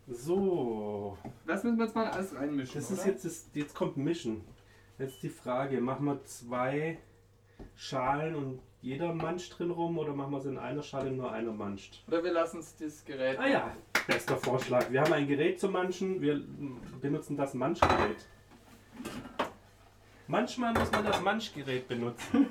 So, Das müssen wir jetzt mal alles reinmischen, das oder? ist jetzt kommt Mischen. Jetzt die Frage, machen wir 2 Schalen und jeder manscht drin rum oder machen wir es in einer Schale und nur einer manscht? Oder wir lassen es das Gerät... Ah ja, bester Vorschlag. Wir haben ein Gerät zum Manschen, wir benutzen das Manschgerät. Manchmal muss man das Manschgerät benutzen.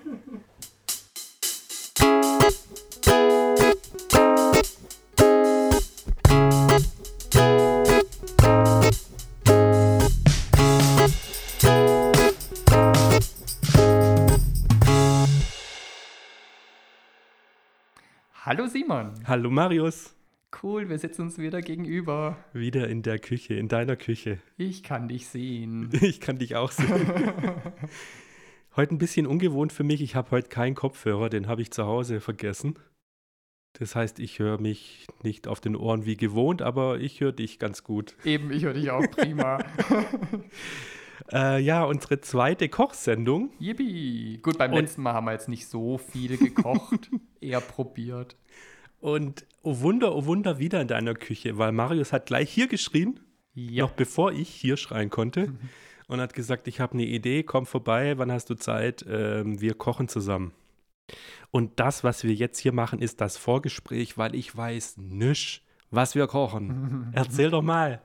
Hallo Simon. Hallo Marius, Cool, wir sitzen uns wieder gegenüber. wieder in der Küche, in deiner Küche. Ich kann dich sehen. Ich kann dich auch sehen. Heute ein bisschen ungewohnt für mich. Ich habe heute keinen Kopfhörer, den habe ich zu Hause vergessen. Das heißt, ich höre mich nicht auf den Ohren wie gewohnt, aber ich höre dich ganz gut. Eben, ich höre dich auch prima. Ja, unsere zweite Kochsendung. Yippie. Gut, beim Und- letzten Mal haben wir jetzt nicht so viel gekocht, eher probiert. Und oh Wunder, wieder in deiner Küche, weil Marius hat gleich hier geschrien, Ja. noch bevor ich hier schreien konnte, und hat gesagt, ich habe eine Idee, komm vorbei, wann hast du Zeit, wir kochen zusammen. Und das, was wir jetzt hier machen, ist das Vorgespräch, weil ich weiß nicht, was wir kochen. Erzähl doch mal.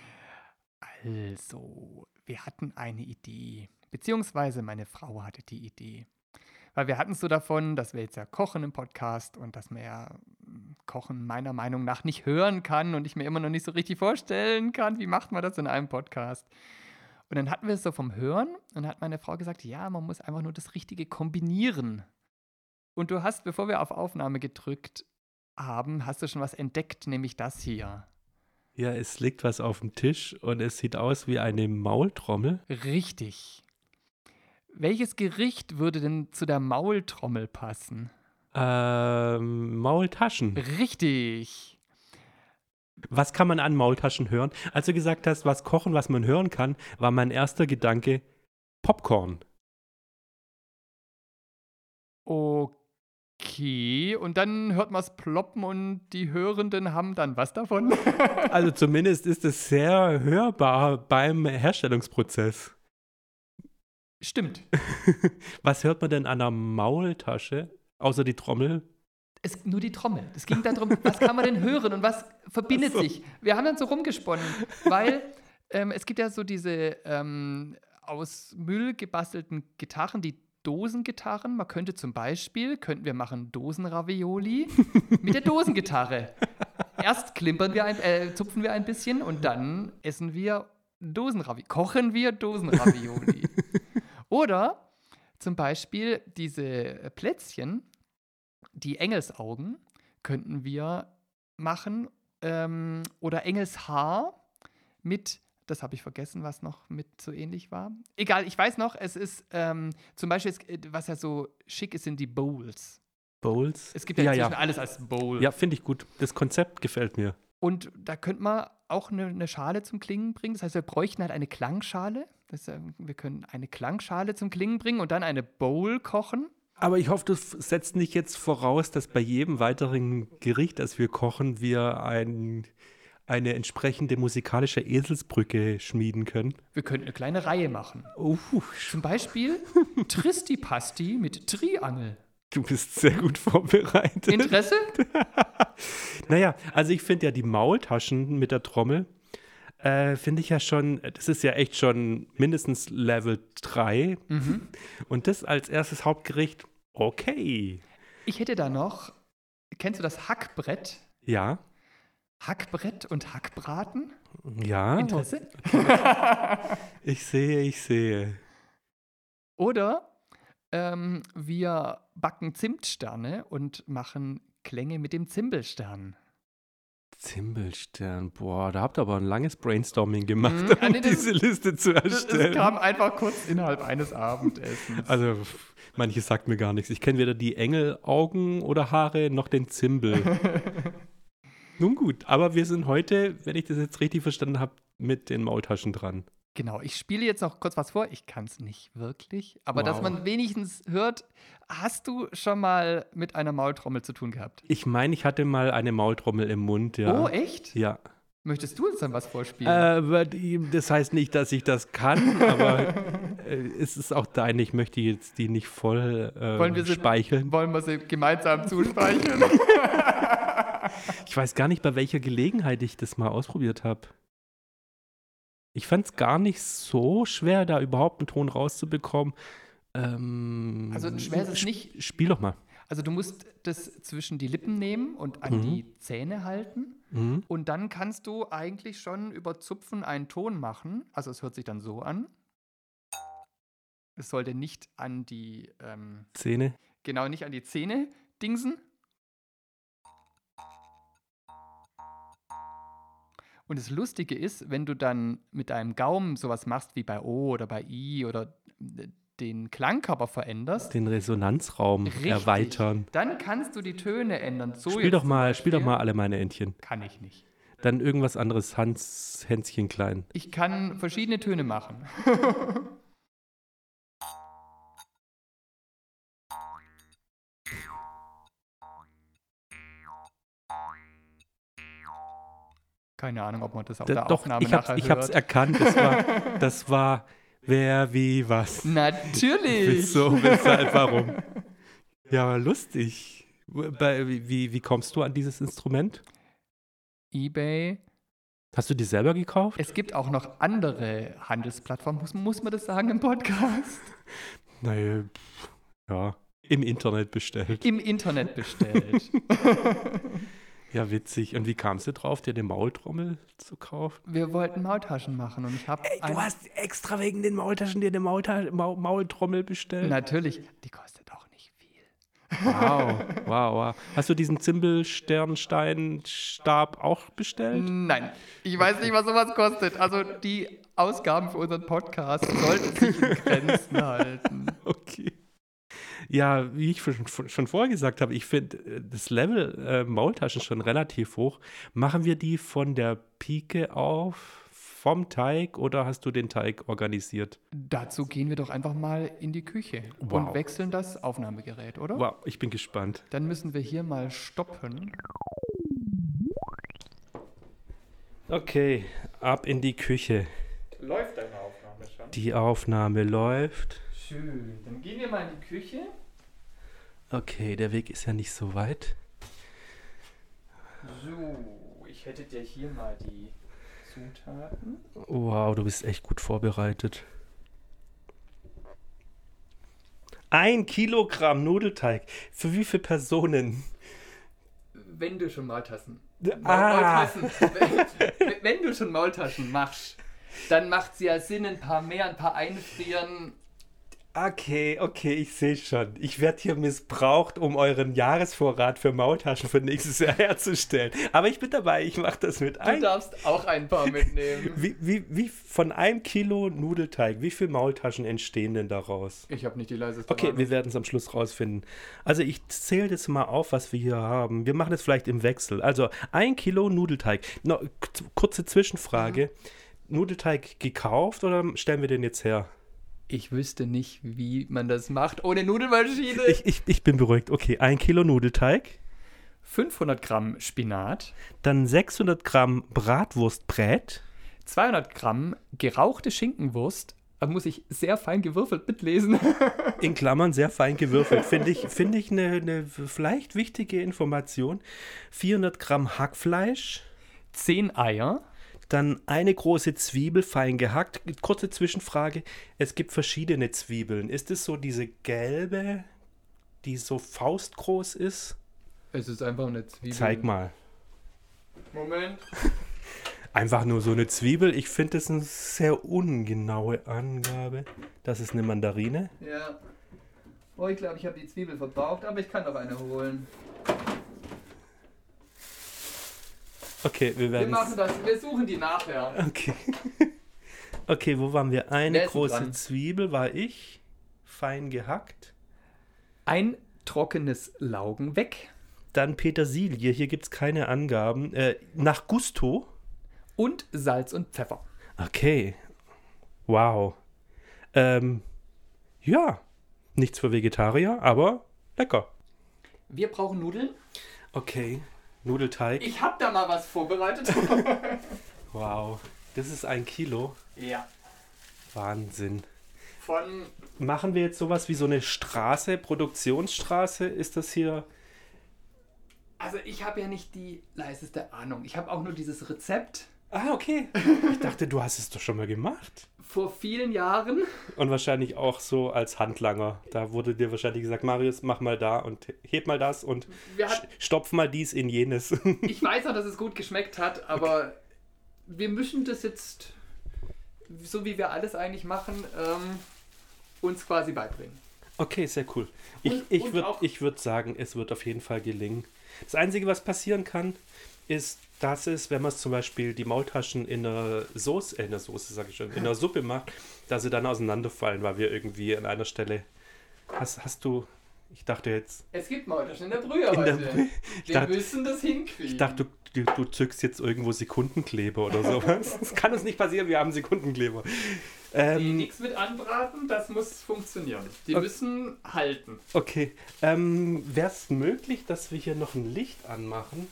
Also, wir hatten eine Idee, beziehungsweise meine Frau hatte die Idee. Weil wir hatten es so davon, dass wir jetzt ja kochen im Podcast und dass man ja Kochen meiner Meinung nach nicht hören kann und ich mir immer noch nicht so richtig vorstellen kann, wie macht man das in einem Podcast. Und dann hatten wir es so vom Hören und hat meine Frau gesagt, ja, man muss einfach nur das Richtige kombinieren. Und du hast, bevor wir auf Aufnahme gedrückt haben, hast du schon was entdeckt, nämlich das hier. Ja, es liegt was auf dem Tisch und es sieht aus wie eine Maultrommel. Richtig. Welches Gericht würde denn zu der Maultrommel passen? Maultaschen. Richtig. Was kann man an Maultaschen hören? Als du gesagt hast, was kochen, was man hören kann, war mein erster Gedanke Popcorn. Okay, und dann hört man es ploppen und die Hörenden haben dann was davon? Also zumindest ist es sehr hörbar beim Herstellungsprozess. Stimmt. Was hört man denn an einer Maultasche, außer die Trommel? Nur die Trommel. Es ging dann darum, was kann man denn hören und was verbindet Ach so. sich? Wir haben dann so rumgesponnen, weil es gibt ja so diese aus Müll gebastelten Gitarren, die Dosengitarren. Man könnte zum Beispiel, könnten wir machen Dosenravioli mit der Dosengitarre. Erst zupfen wir ein bisschen und dann essen wir kochen wir Dosenravioli. Oder zum Beispiel diese Plätzchen, die Engelsaugen, könnten wir machen. Oder Engelshaar mit, das habe ich vergessen, was noch mit so ähnlich war. Egal, ich weiß noch, es ist zum Beispiel, was ja so schick ist, sind die Bowls. Bowls? Es gibt ja inzwischen alles als Bowl. Ja, finde ich gut. Das Konzept gefällt mir. Und da könnte man auch eine Schale zum Klingen bringen. Das heißt, wir bräuchten halt eine Klangschale. Wir können eine Klangschale zum Klingen bringen und dann eine Bowl kochen. Aber ich hoffe, du setzt nicht jetzt voraus, dass bei jedem weiteren Gericht, das wir kochen, wir eine entsprechende musikalische Eselsbrücke schmieden können. Wir könnten eine kleine Reihe machen. Zum Zum Beispiel Tristi-Pasti mit Triangel. Du bist sehr gut vorbereitet. Interesse? Naja, also ich finde ja die Maultaschen mit der Trommel, finde ich ja schon, das ist ja echt schon mindestens Level 3. Mhm. Und das als erstes Hauptgericht, okay. Ich hätte da noch, kennst du das Hackbrett? Ja, Hackbrett und Hackbraten? ja, Interesse? ich sehe. Oder wir backen Zimtsterne und machen Klänge mit dem Zimbelstern. Zimbelstern, boah, da habt ihr aber ein langes Brainstorming gemacht, Nee, um diese Liste zu Das erstellen. kam einfach kurz innerhalb eines Abendessens. Also, manches sagt mir gar nichts. Ich kenne weder die Engelaugen oder Haare noch den Zimbel. Nun gut, aber wir sind heute, wenn ich das jetzt richtig verstanden habe, mit den Maultaschen dran. Genau, ich spiele jetzt noch kurz was vor. Ich kann es nicht wirklich, aber dass Wow. man wenigstens hört, hast du schon mal mit einer Maultrommel zu tun gehabt? Ich meine, ich hatte mal eine Maultrommel im Mund, ja. Oh, echt? Ja. Möchtest du uns dann was vorspielen? Das heißt nicht, dass ich das kann, aber es ist auch deine. Ich möchte jetzt die nicht voll speicheln. Wollen wir sie gemeinsam zuspeicheln? Ich weiß gar nicht, bei welcher Gelegenheit ich das mal ausprobiert habe. Ich fand es gar nicht so schwer, da überhaupt einen Ton rauszubekommen. Also schwer ist es nicht. Spiel doch mal. Also du musst das zwischen die Lippen nehmen und an die Zähne halten. Und dann kannst du eigentlich schon über Zupfen einen Ton machen. Also es hört sich dann so an. Es sollte nicht an die Zähne. Genau, nicht an die Zähne dingsen. Und das Lustige ist, wenn du dann mit deinem Gaumen sowas machst wie bei O oder bei I oder den Klangkörper veränderst. Den Resonanzraum erweitern. Dann kannst du die Töne ändern. So spiel doch mal alle meine Entchen. Kann ich nicht. Dann irgendwas anderes, Hänschen klein. Ich kann verschiedene Töne machen. Keine Ahnung, ob man das auf der Aufnahme nachher hört. Ich hab's erkannt. Das war wer, wie, was. Natürlich. Weshalb, warum? Ja, lustig. Wie kommst du an dieses Instrument? eBay. Hast du die selber gekauft? Es gibt auch noch andere Handelsplattformen. Muss man das sagen im Podcast? Naja, ja. Im Internet bestellt. Ja, witzig. Und wie kamst du drauf, dir eine Maultrommel zu kaufen? Wir wollten Maultaschen machen und ich habe. Du hast extra wegen den Maultaschen dir eine Maultrommel bestellt? Natürlich. Die kostet auch nicht viel. Wow. Hast du diesen Zimbelsternsteinstab auch bestellt? Nein. Ich weiß nicht, was sowas kostet. Also die Ausgaben für unseren Podcast sollten sich in Grenzen halten. Okay. Ja, wie ich schon vorher gesagt habe, ich finde das Level Maultaschen schon relativ hoch. Machen wir die von der Pike auf, vom Teig, oder hast du den Teig organisiert? Dazu gehen wir doch einfach mal in die Küche und wechseln das Aufnahmegerät, oder? Wow, ich bin gespannt. Dann müssen wir hier mal stoppen. Okay, ab in die Küche. Läuft deine Aufnahme schon? Die Aufnahme läuft. Schön. Dann gehen wir mal in die Küche. Okay, der Weg ist ja nicht so weit. So, ich hätte dir hier mal die Zutaten. Wow, du bist echt gut vorbereitet. 1 Kilogramm Nudelteig. Für wie viele Personen? Wenn du schon Maultaschen machst, dann macht es ja Sinn, ein paar mehr, ein paar einfrieren. Okay, ich sehe schon. Ich werde hier missbraucht, um euren Jahresvorrat für Maultaschen für nächstes Jahr herzustellen. Aber ich bin dabei, ich mache das mit ein. Du darfst auch ein paar mitnehmen. Wie von 1 Kilo Nudelteig, wie viele Maultaschen entstehen denn daraus? Ich habe nicht die leiseste Okay, wir werden es am Schluss rausfinden. Also ich zähle das mal auf, was wir hier haben. Wir machen das vielleicht im Wechsel. Also 1 Kilo Nudelteig. Noch kurze Zwischenfrage. Nudelteig gekauft oder stellen wir den jetzt her? Ich wüsste nicht, wie man das macht ohne Nudelmaschine. Ich bin beruhigt. Okay, 1 Kilo Nudelteig. 500 Gramm Spinat. Dann 600 Gramm Bratwurstbrät. 200 Gramm gerauchte Schinkenwurst. Da muss ich sehr fein gewürfelt mitlesen. In Klammern sehr fein gewürfelt. Finde ich eine vielleicht wichtige Information. 400 Gramm Hackfleisch. 10 Eier. Dann eine große Zwiebel, fein gehackt. Kurze Zwischenfrage, es gibt verschiedene Zwiebeln. Ist es so diese gelbe, die so faustgroß ist? Es ist einfach eine Zwiebel. Zeig mal. Moment. Einfach nur so eine Zwiebel. Ich finde das eine sehr ungenaue Angabe. Das ist eine Mandarine. Ja. Oh, ich glaube, ich habe die Zwiebel verbraucht, aber ich kann noch eine holen. Okay, wir machen das. Wir suchen die nachher. Okay, wo waren wir? Eine große Zwiebel war ich. Fein gehackt. Ein trockenes Laugenweck. Dann Petersilie. Hier gibt es keine Angaben. Nach Gusto. Und Salz und Pfeffer. Okay. Wow. Ja. Nichts für Vegetarier, aber lecker. Wir brauchen Nudeln. Okay. Nudelteig. Ich habe da mal was vorbereitet. Wow, das ist 1 Kilo. Ja. Wahnsinn. Von... Machen wir jetzt sowas wie so eine Straße, Produktionsstraße? Ist das hier? Also ich habe ja nicht die leiseste Ahnung. Ich habe auch nur dieses Rezept Ah, okay. Ich dachte, du hast es doch schon mal gemacht. vor vielen Jahren. Und wahrscheinlich auch so als Handlanger. Da wurde dir wahrscheinlich gesagt, Marius, mach mal da und heb mal das und stopf mal dies in jenes. Ich weiß auch, dass es gut geschmeckt hat, aber wir müssen das jetzt, so wie wir alles eigentlich machen, uns quasi beibringen. Okay, sehr cool. Und Ich würde sagen, es wird auf jeden Fall gelingen. Das Einzige, was passieren kann, ist, dass es, wenn man zum Beispiel die Maultaschen in einer Soße, in einer Suppe macht, dass sie dann auseinanderfallen, weil wir irgendwie an einer Stelle... Hast du... Ich dachte jetzt... Es gibt Maultaschen in der Brühe In der heute. Brühe. Wir müssen das hinkriegen. Ich dachte, du zückst jetzt irgendwo Sekundenkleber oder sowas. Das kann uns nicht passieren, wir haben Sekundenkleber. Nichts mit anbraten, das muss funktionieren. Die müssen halten. Okay. Wäre es möglich, dass wir hier noch ein Licht anmachen?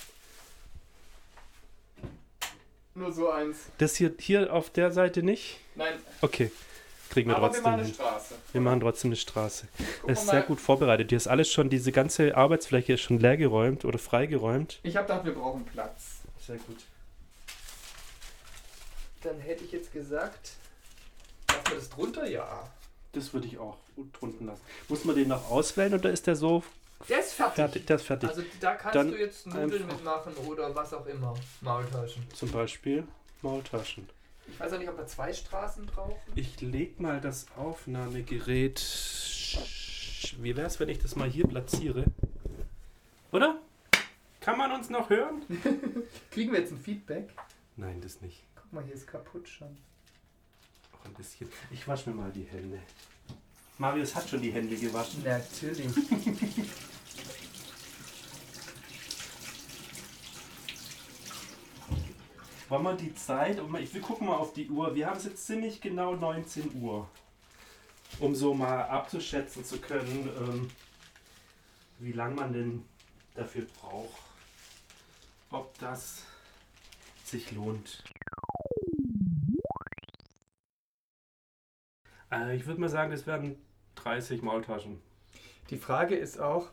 Nur so eins. Das hier auf der Seite nicht? Nein, Okay. Kriegen wir aber trotzdem wir machen eine hin. Straße. Wir machen trotzdem eine Straße. Gucken Es ist wir sehr mal. gut vorbereitet. Hier ist alles schon, diese ganze Arbeitsfläche ist schon leergeräumt oder freigeräumt. Ich habe gedacht, wir brauchen Platz. Sehr gut. Dann hätte ich jetzt gesagt, lassen wir das drunter? Ja. Das würde ich auch drunten lassen. Muss man den noch auswählen oder ist der so Der ist fertig. Der ist fertig. Also da kannst Dann du jetzt Nudeln einfach- mitmachen oder was auch immer. Maultaschen. Zum Beispiel Maultaschen. Ich weiß auch nicht, ob wir 2 Straßen brauchen. Ich leg mal das Aufnahmegerät. Wie wäre es, wenn ich das mal hier platziere? Oder? Kann man uns noch hören? Kriegen wir jetzt ein Feedback? Nein, das nicht. Guck mal, hier ist kaputt schon. Auch ein bisschen. Ich wasche mir mal die Hände. Marius hat schon die Hände gewaschen. Natürlich. Wollen wir die Zeit? Wir gucken mal auf die Uhr. Wir haben es jetzt ziemlich genau 19 Uhr. Um so mal abzuschätzen zu können, wie lange man denn dafür braucht. Ob das sich lohnt. Ich würde mal sagen, das werden 30 Maultaschen. Die Frage ist auch,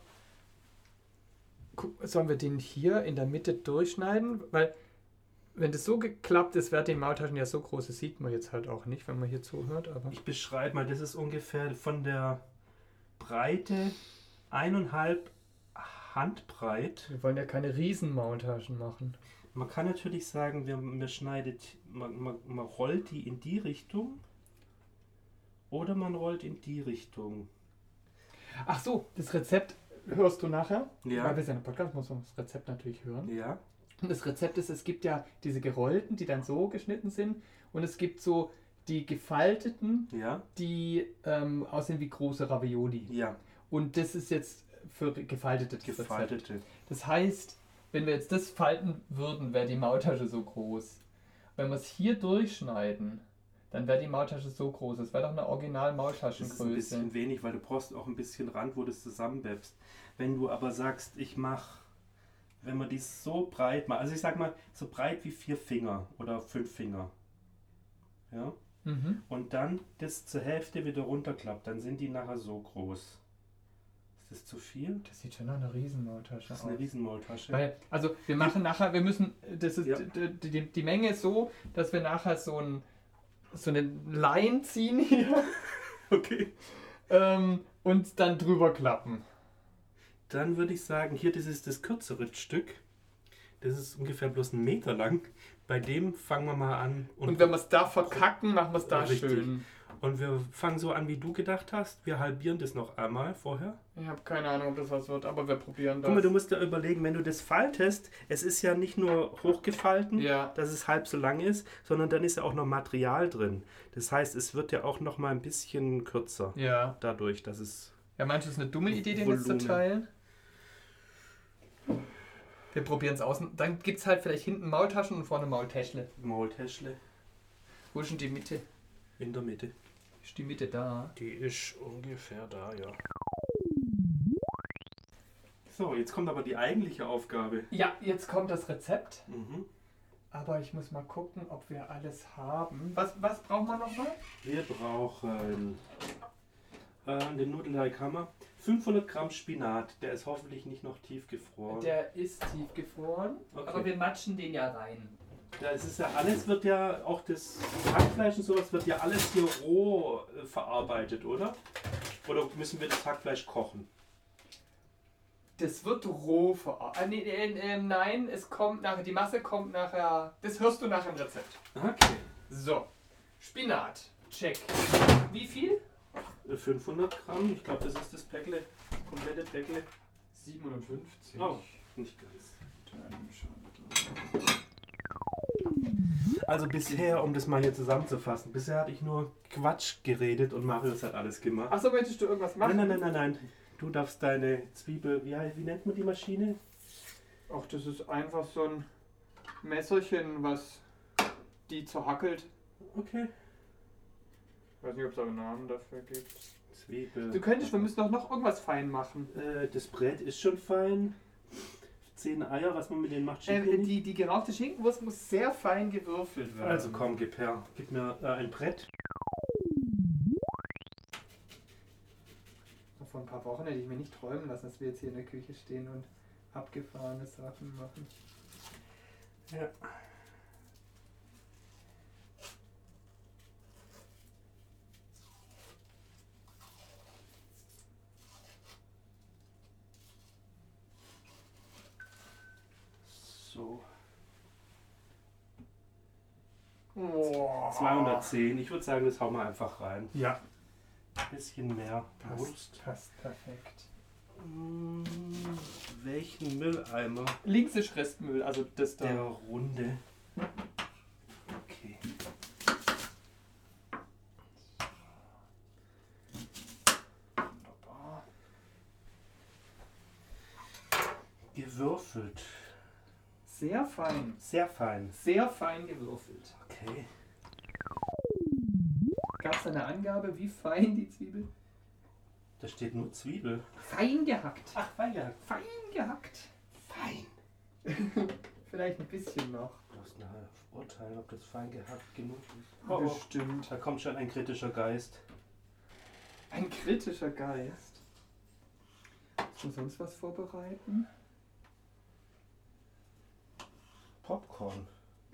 sollen wir den hier in der Mitte durchschneiden? Weil, wenn das so geklappt ist, wäre die Maultaschen ja so groß, das sieht man jetzt halt auch nicht, wenn man hier zuhört. Aber Ich beschreibe mal, das ist ungefähr von der Breite 1,5 Handbreit. wir wollen ja keine Riesen-Maultaschen machen. Man kann natürlich sagen, man rollt die in die Richtung oder man rollt in die Richtung. Ach so, das Rezept hörst du nachher? Ja. Weil wir sind im Podcast, muss man das Rezept natürlich hören. Ja. Und das Rezept ist, es gibt ja diese gerollten, die dann so geschnitten sind. Und es gibt so die gefalteten, Ja. die aussehen wie große Ravioli. Ja. Und das ist jetzt für gefaltete das Rezept. Gefaltete. Das heißt, wenn wir jetzt das falten würden, wäre die Maultasche so groß. Wenn wir es hier durchschneiden, dann wäre die Maultasche so groß. Das wäre doch eine Das ist ein Original-Maultaschengröße. bisschen wenig, weil du brauchst auch ein bisschen Rand, wo das zusammenwebst. Wenn du aber sagst, wenn man die so breit macht, also ich sag mal, so breit wie 4 Finger oder 5 Finger. Ja? Mhm. Und dann das zur Hälfte wieder runterklappt, dann sind die nachher so groß. Ist das zu viel? Das sieht schon nach einer Riesenmaultasche Das ist aus. eine Riesenmaultasche. Weil, also wir machen nachher, wir müssen, das ist Ja. die Menge ist so, dass wir nachher so eine Line ziehen hier Okay. und dann drüber klappen. Dann würde ich sagen, hier, das ist das kürzere Stück. Das ist ungefähr bloß 1 Meter lang. Bei dem fangen wir mal an. Und wenn wir es da verkacken, machen wir es da Richtig. schön. Und wir fangen so an, wie du gedacht hast. Wir halbieren das noch einmal vorher. Ich habe keine Ahnung, ob das was wird, aber wir probieren das. Guck mal, du musst dir überlegen, wenn du das faltest, es ist ja nicht nur hochgefalten, Ja. dass es halb so lang ist, sondern dann ist ja auch noch Material drin. Das heißt, es wird ja auch noch mal ein bisschen kürzer. Ja. Dadurch, dass es... Ja, meinst du, es ist eine dumme Idee, den jetzt zu Volumen. teilen? Wir probieren es aus. Dann gibt es halt vielleicht hinten Maultaschen und vorne Maultäschle. Maultäschle Wo ist denn die Mitte? in der Mitte. Ist die Mitte da? Die ist ungefähr da, ja. So, jetzt kommt aber die eigentliche Aufgabe. Ja, jetzt kommt das Rezept. Mhm. Aber ich muss mal gucken, ob wir alles haben. Was brauchen wir noch mal? Wir brauchen den Nudelteig haben wir. 500 Gramm Spinat. Der ist hoffentlich nicht noch tiefgefroren. Der ist tiefgefroren, Okay. aber wir matschen den ja rein. Ja, es ist ja alles wird ja, auch das Hackfleisch und sowas wird ja alles hier roh verarbeitet, oder? Oder müssen wir das Hackfleisch kochen? Das wird roh verarbeitet. Nein, es kommt nachher, die Masse kommt nachher. Das hörst du nach dem Rezept. Okay. So, Spinat, check. Wie viel? 500 Gramm, ich glaube, das ist das Päckle, komplette Päckle. 57. Oh, nicht ganz. Dann schauen wir. Also bisher, um das mal hier zusammenzufassen, bisher hatte ich nur Quatsch geredet und Marius hat alles gemacht. Achso, möchtest du irgendwas machen? Nein. Du darfst deine Zwiebel, wie nennt man die Maschine? Ach, das ist einfach so ein Messerchen, was die zerhackelt. Okay. Ich weiß nicht, ob es einen Namen dafür gibt. Zwiebel. Wir müssen doch noch irgendwas fein machen. Das Brett ist schon fein. 10 Eier, was man mit denen macht, steht hier nicht. Die gerauchte Schinkenwurst muss sehr fein gewürfelt werden. Also komm, gib her. Gib mir ein Brett. Vor ein paar Wochen hätte ich mir nicht träumen lassen, dass wir jetzt hier in der Küche stehen und abgefahrene Sachen machen. Ja. So. Oh. 210. Ich würde sagen, das hauen wir einfach rein. Ja, Ein bisschen mehr Wurst. passt perfekt. Welchen Mülleimer? Links ist Restmüll, also das da. Der runde. Okay. Wunderbar. Gewürfelt. Sehr fein. Sehr fein. Sehr fein gewürfelt. Okay. Gab es eine Angabe, wie fein die Zwiebel? Da steht nur Zwiebel. Fein gehackt. Ach, fein gehackt. Fein gehackt. Fein. Vielleicht ein bisschen noch. Du hast nachher urteilen, ob das fein gehackt genug ist. Oh, Bestimmt. da kommt schon ein kritischer Geist. Ein kritischer Geist. Willst du sonst was vorbereiten? Popcorn.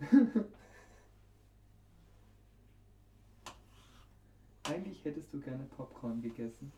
Eigentlich hättest du gerne Popcorn gegessen.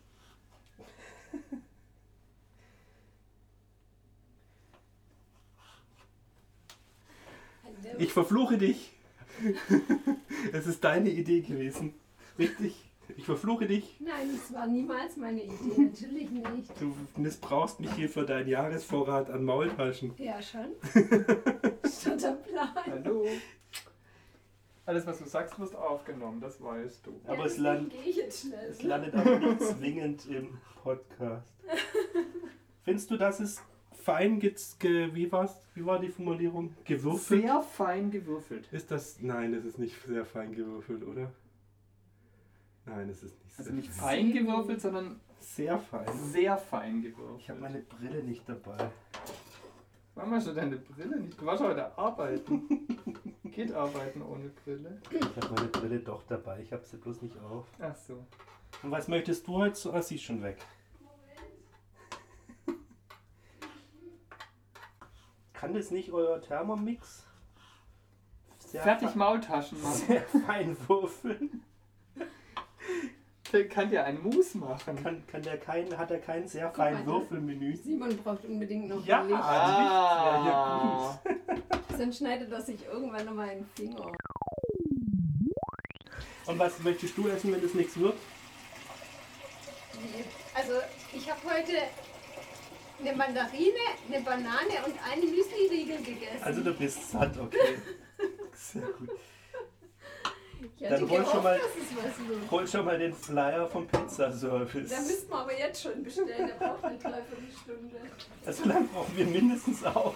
Ich verfluche dich. Es ist deine Idee gewesen. Richtig? Ich verfluche dich. Nein, das war niemals meine Idee, natürlich nicht. Du missbrauchst mich hier für deinen Jahresvorrat an Maultaschen. Ja, schon. Schon der Plan. Hallo. Alles, was du sagst, wird aufgenommen, das weißt du. Aber Ja, es, deswegen gehe ich jetzt schnell. es landet aber nicht zwingend im Podcast. Findest du, dass es fein wie war die Formulierung? Gewürfelt? Sehr fein gewürfelt. Ist das? Nein, das ist nicht sehr fein gewürfelt, oder? Nein, es ist nicht Also sehr nicht fein. fein gewürfelt, sondern Sehr fein. sehr fein gewürfelt. Ich habe meine Brille nicht dabei. Warum hast du deine Brille nicht? Du warst heute arbeiten. Geht arbeiten ohne Brille? Ich habe meine Brille doch dabei, ich habe sie bloß nicht auf. Ach so. Und was möchtest du heute so? Ah, sie ist schon weg. Kann das nicht euer Thermomix sehr Fertig Maultaschen machen. sehr fein würfeln? Der kann dir einen Mus machen. Hat er kein sehr Guck mal, fein Würfelmenü? Simon braucht unbedingt noch Ja. ein Licht. Ah. Sonst schneidet er sich irgendwann nochmal einen Finger. Und was möchtest du essen, wenn das nichts wird? Also, ich habe heute eine Mandarine, eine Banane und einen Müsli-Riegel gegessen. Also du bist satt, okay. Sehr gut. ich hatte dann hol gehofft, schon mal- dass es was wird. Hol schon mal den Flyer vom Pizzaservice. Da müssten wir aber jetzt schon bestellen, der braucht eine Dreiviertelstunde. Also lang brauchen wir mindestens auch.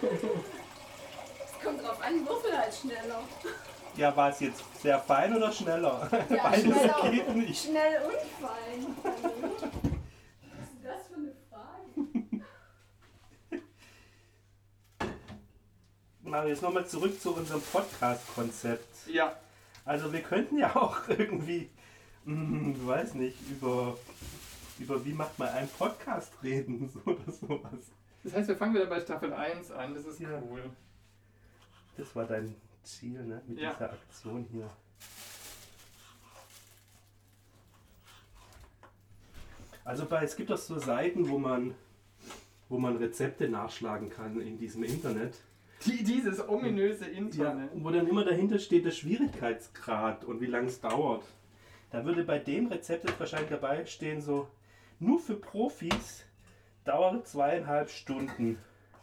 Es kommt drauf an, Würfel halt schneller. Ja, war es jetzt sehr fein oder schneller? Ja, Beides schneller. geht nicht. Schnell und fein. Was ist das für eine Frage? Marius, nochmal zurück zu unserem Podcast-Konzept. Ja. Also wir könnten ja auch irgendwie, weiß nicht, über wie macht man einen Podcast reden so oder sowas. Das heißt, wir fangen wieder bei Staffel 1 an. Das ist Ja. cool. Das war dein Ziel, ne? Mit Ja. dieser Aktion hier. Also es gibt auch so Seiten, wo man Rezepte nachschlagen kann in diesem Internet. Dieses ominöse Internet. Wo dann immer dahinter steht der Schwierigkeitsgrad und wie lange es dauert. Da würde bei dem Rezept jetzt wahrscheinlich dabei stehen, so nur für Profis dauert 2,5 Stunden.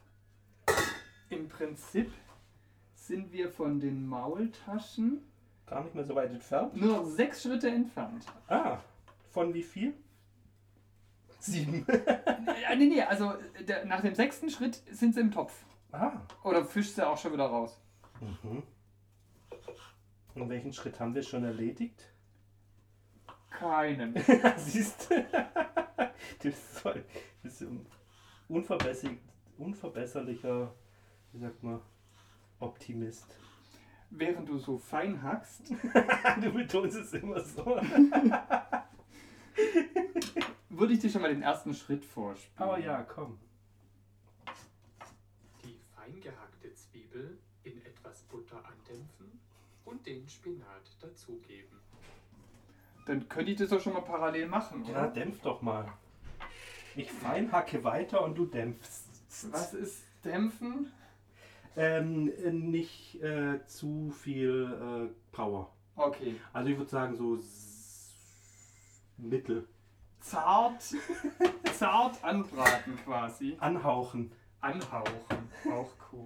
Im Prinzip sind wir von den Maultaschen Gar nicht mehr so weit entfernt. nur noch 6 Schritte entfernt. Ah, von wie viel? 7. Nee, also nach dem 6. Schritt sind sie im Topf. Ah. Oder fischst sie auch schon wieder raus. Mhm. Und welchen Schritt haben wir schon erledigt? Keinen. Siehst du? Du bist ein unverbesserlicher, wie sagt man, Optimist. Während du so fein hackst, Du betonst es immer so. würde ich dir schon mal den ersten Schritt vorspielen. Oh ja, komm. Die fein gehackte Zwiebel in etwas Butter andämpfen und den Spinat dazugeben. Dann könnte ich das doch schon mal parallel machen, Ja, oder? dämpf doch mal. Ich feinhacke weiter und du dämpfst. Was ist dämpfen? Nicht zu viel Power. Okay. Also ich würde sagen so mittel. Zart anbraten quasi. Anhauchen. Anhauchen. Auch cool.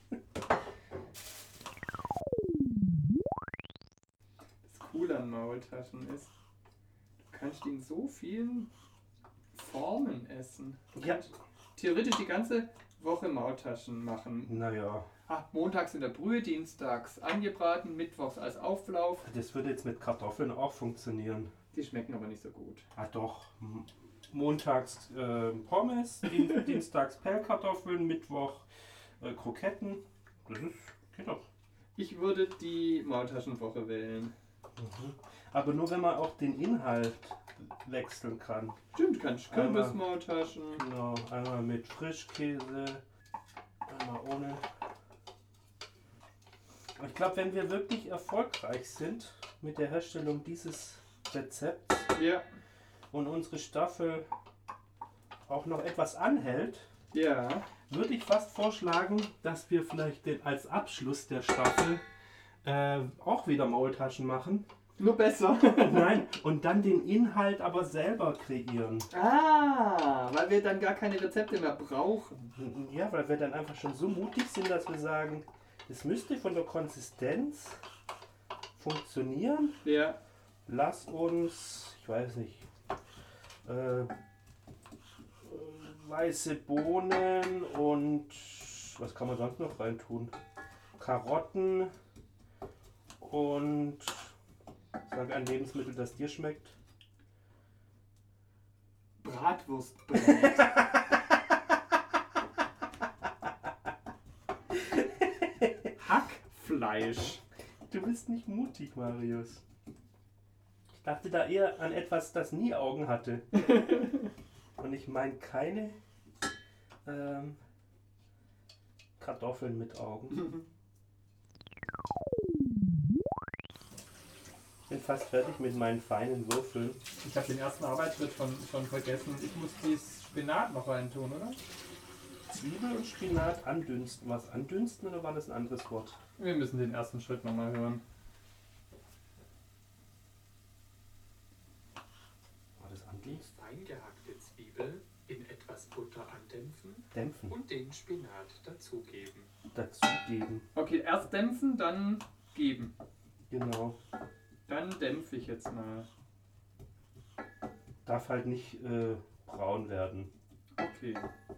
Das Coole an Maultaschen ist, du kannst die in so vielen Formen essen. Du Ja. kannst theoretisch die ganze Woche Maultaschen machen. Naja, Montags in der Brühe, dienstags angebraten, mittwochs als Auflauf. das würde jetzt mit Kartoffeln auch funktionieren. Die schmecken aber nicht so gut. Ah doch. Montags Pommes, dienstags Pellkartoffeln, Mittwoch Kroketten. Geht doch. Ich würde die Maultaschenwoche wählen. Aber nur wenn man auch den Inhalt wechseln kann. Stimmt, kannst Einmal. Kürbismaultaschen. Genau, einmal mit Frischkäse, einmal ohne. Ich glaube, wenn wir wirklich erfolgreich sind mit der Herstellung dieses Rezepts Ja. und unsere Staffel auch noch etwas anhält, Ja. würde ich fast vorschlagen, dass wir vielleicht als Abschluss der Staffel auch wieder Maultaschen machen. Nur besser. Nein, und dann den Inhalt aber selber kreieren. Weil wir dann gar keine Rezepte mehr brauchen. Ja, weil wir dann einfach schon so mutig sind, dass wir sagen, es müsste von der Konsistenz funktionieren. Ja. Lass uns, ich weiß nicht, weiße Bohnen und was kann man sonst noch reintun? Karotten und sag ein Lebensmittel, das dir schmeckt. Bratwurstbrot. Hackfleisch. Du bist nicht mutig, Marius. Ich dachte da eher an etwas, das nie Augen hatte. Und ich meine keine Kartoffeln mit Augen. Ich bin fast fertig mit meinen feinen Würfeln. Ich habe den ersten Arbeitsschritt schon vergessen. Ich muss dieses Spinat noch reintun, oder? Zwiebel und Spinat andünsten. Was andünsten oder war das ein anderes Wort? Wir müssen den ersten Schritt nochmal hören. War das andünsten? Fein gehackte Zwiebel in etwas Butter andämpfen Dämpfen. und den Spinat dazugeben. Dazugeben. Okay, erst dämpfen, dann geben. Genau. Dann dämpfe ich jetzt mal. Darf halt nicht braun werden. Okay.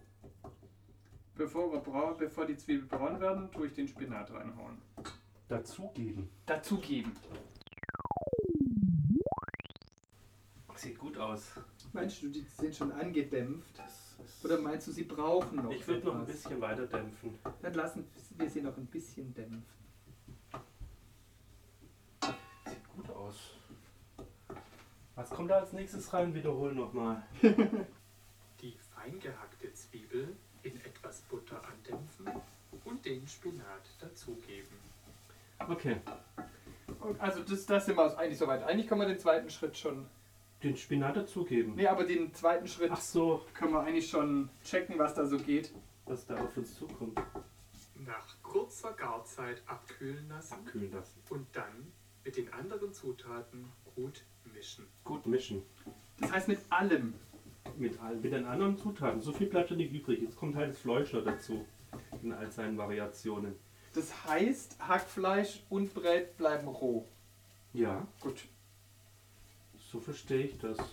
Bevor die Zwiebeln braun werden, tue ich den Spinat reinhauen. Dazugeben. Dazugeben. Sieht gut aus. Meinst du, die sind schon angedämpft? Oder meinst du, sie brauchen noch Ich würde noch ein etwas? bisschen weiter dämpfen. Dann lassen wir sie noch ein bisschen dämpfen. Sieht gut aus. Was kommt da als nächstes rein? Wiederholen nochmal. Die fein gehackte Zwiebel in etwas Butter andämpfen und den Spinat dazugeben. Okay. Also das sind wir eigentlich soweit. Eigentlich können wir den zweiten Schritt schon... Den Spinat dazugeben. Nee, aber den zweiten Schritt Ach so, können wir eigentlich schon checken, was da so geht. was da auf uns zukommt. Nach kurzer Garzeit abkühlen lassen Abkühlen lassen. und dann mit den anderen Zutaten gut mischen. Gut mischen. Das heißt mit allem. Mit den anderen Zutaten. So viel bleibt ja nicht übrig. Jetzt kommt halt das Fleisch noch dazu. In all seinen Variationen. Das heißt, Hackfleisch und Brät bleiben roh. Ja, Gut. so verstehe ich das.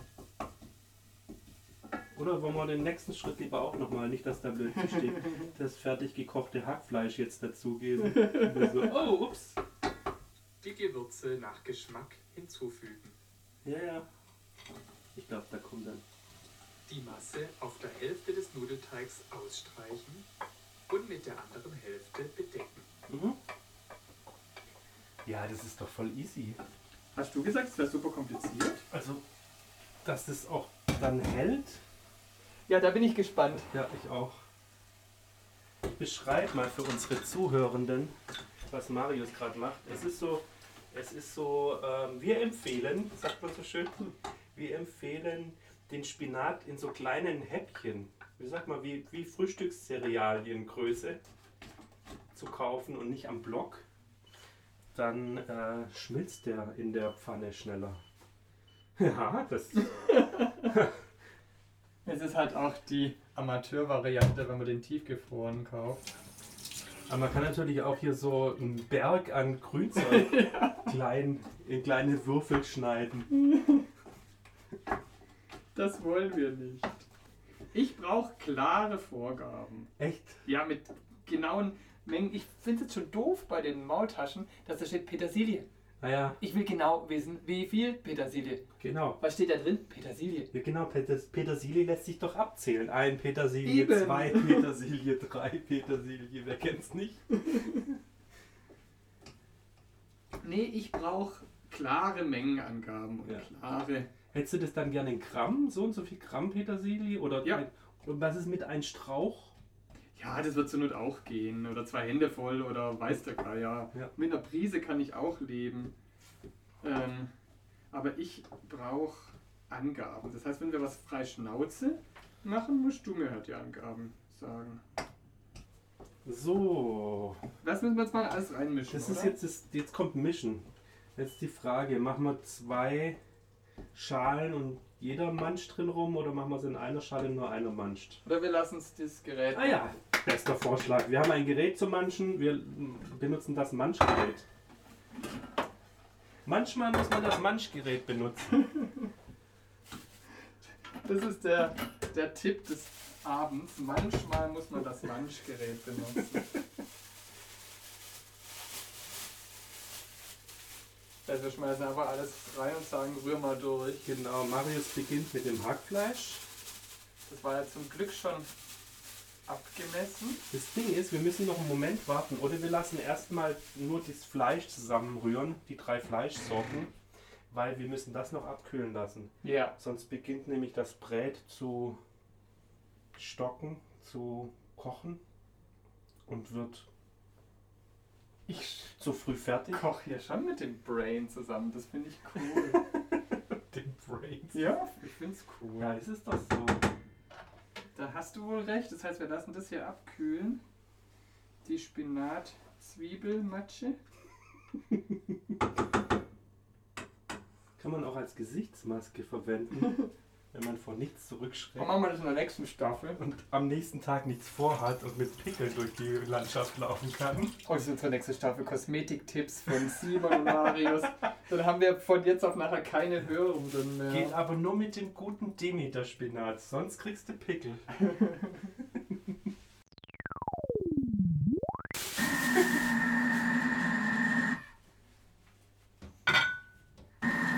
Oder wollen wir den nächsten Schritt lieber auch nochmal, nicht dass da blöd steht, das fertig gekochte Hackfleisch jetzt dazugeben. Und wir so, oh, ups. Die Gewürze nach Geschmack hinzufügen. Ja. Ich glaube, da kommt dann. Die Masse auf der Hälfte des Nudelteigs ausstreichen und mit der anderen Hälfte bedecken. Mhm. Ja, das ist doch voll easy. Hast du gesagt, es wäre super kompliziert? Also, dass das auch dann hält. Ja, da bin ich gespannt. Ja, ich auch. Beschreib mal für unsere Zuhörenden, was Marius gerade macht. Es ist so, wir empfehlen, sagt man so schön, wir empfehlen den Spinat in so kleinen Häppchen, wie sag mal, wie Frühstückscerealiengröße zu kaufen und nicht am Block. Dann schmilzt der in der Pfanne schneller. Ja, das. Es ist halt auch die Amateurvariante, wenn man den tiefgefroren kauft. Aber man kann natürlich auch hier so einen Berg an Grünzeug in kleine Würfel schneiden. Das wollen wir nicht. Ich brauche klare Vorgaben. Echt? Ja, mit genauen Mengen. Ich finde es jetzt schon doof bei den Maultaschen, dass da steht Petersilie. Naja, Ich will genau wissen, wie viel Petersilie. genau. Was steht da drin? Petersilie. Ja, genau, Petersilie lässt sich doch abzählen. 1 Petersilie, Eben. 2 Petersilie, 3 Petersilie. Wer kennt's nicht? Nee, ich brauche klare Mengenangaben und Ja. klare... Hättest du das dann gerne in Gramm? So und so viel Gramm Petersilie? Oder Ja. und was ist mit einem Strauch? Ja, das wird zur Not auch gehen. Oder 2 Hände voll oder weiß der Geier. Ja. Mit einer Prise kann ich auch leben. Aber ich brauche Angaben. Das heißt, wenn wir was frei Schnauze machen, musst du mir halt die Angaben sagen. So. Das müssen wir jetzt mal alles reinmischen, Das ist oder? jetzt kommt Mischen. Jetzt die Frage, machen wir 2 Schalen und jeder manscht drin rum oder machen wir es in einer Schale und nur einer manscht? Oder wir lassen es das Gerät... Ah ja, bester Vorschlag. Wir haben ein Gerät zum Manchen, wir benutzen das Manschgerät. Manchmal muss man das Manschgerät benutzen. Das ist der Tipp des Abends. Manchmal muss man das Manschgerät benutzen. Also wir schmeißen einfach alles rein und sagen, rühr mal durch. Genau, Marius beginnt mit dem Hackfleisch. Das war ja zum Glück schon abgemessen. Das Ding ist, wir müssen noch einen Moment warten oder wir lassen erstmal nur das Fleisch zusammenrühren, die 3 Fleischsorten, weil wir müssen das noch abkühlen lassen. Ja. Sonst beginnt nämlich das Brät zu stocken, zu kochen und wird Ich zu früh fertig. koche hier schon mit dem Brain zusammen. Das finde ich cool. Den Brains. Ja, ich finde es cool. Ja, das ist doch so. Da hast du wohl recht. Das heißt, wir lassen das hier abkühlen. Die Spinat-Zwiebelmatsche. Kann man auch als Gesichtsmaske verwenden, wenn man vor nichts Dann zurückschreckt machen wir das in der nächsten Staffel. und am nächsten Tag nichts vorhat und mit Pickeln durch die Landschaft laufen kann. Heute ist unsere nächste Staffel Kosmetik-Tipps von Simon und Marius. Dann haben wir von jetzt auf nachher keine Hörenden mehr. Geht aber nur mit dem guten Demeter-Spinat, sonst kriegst du Pickel.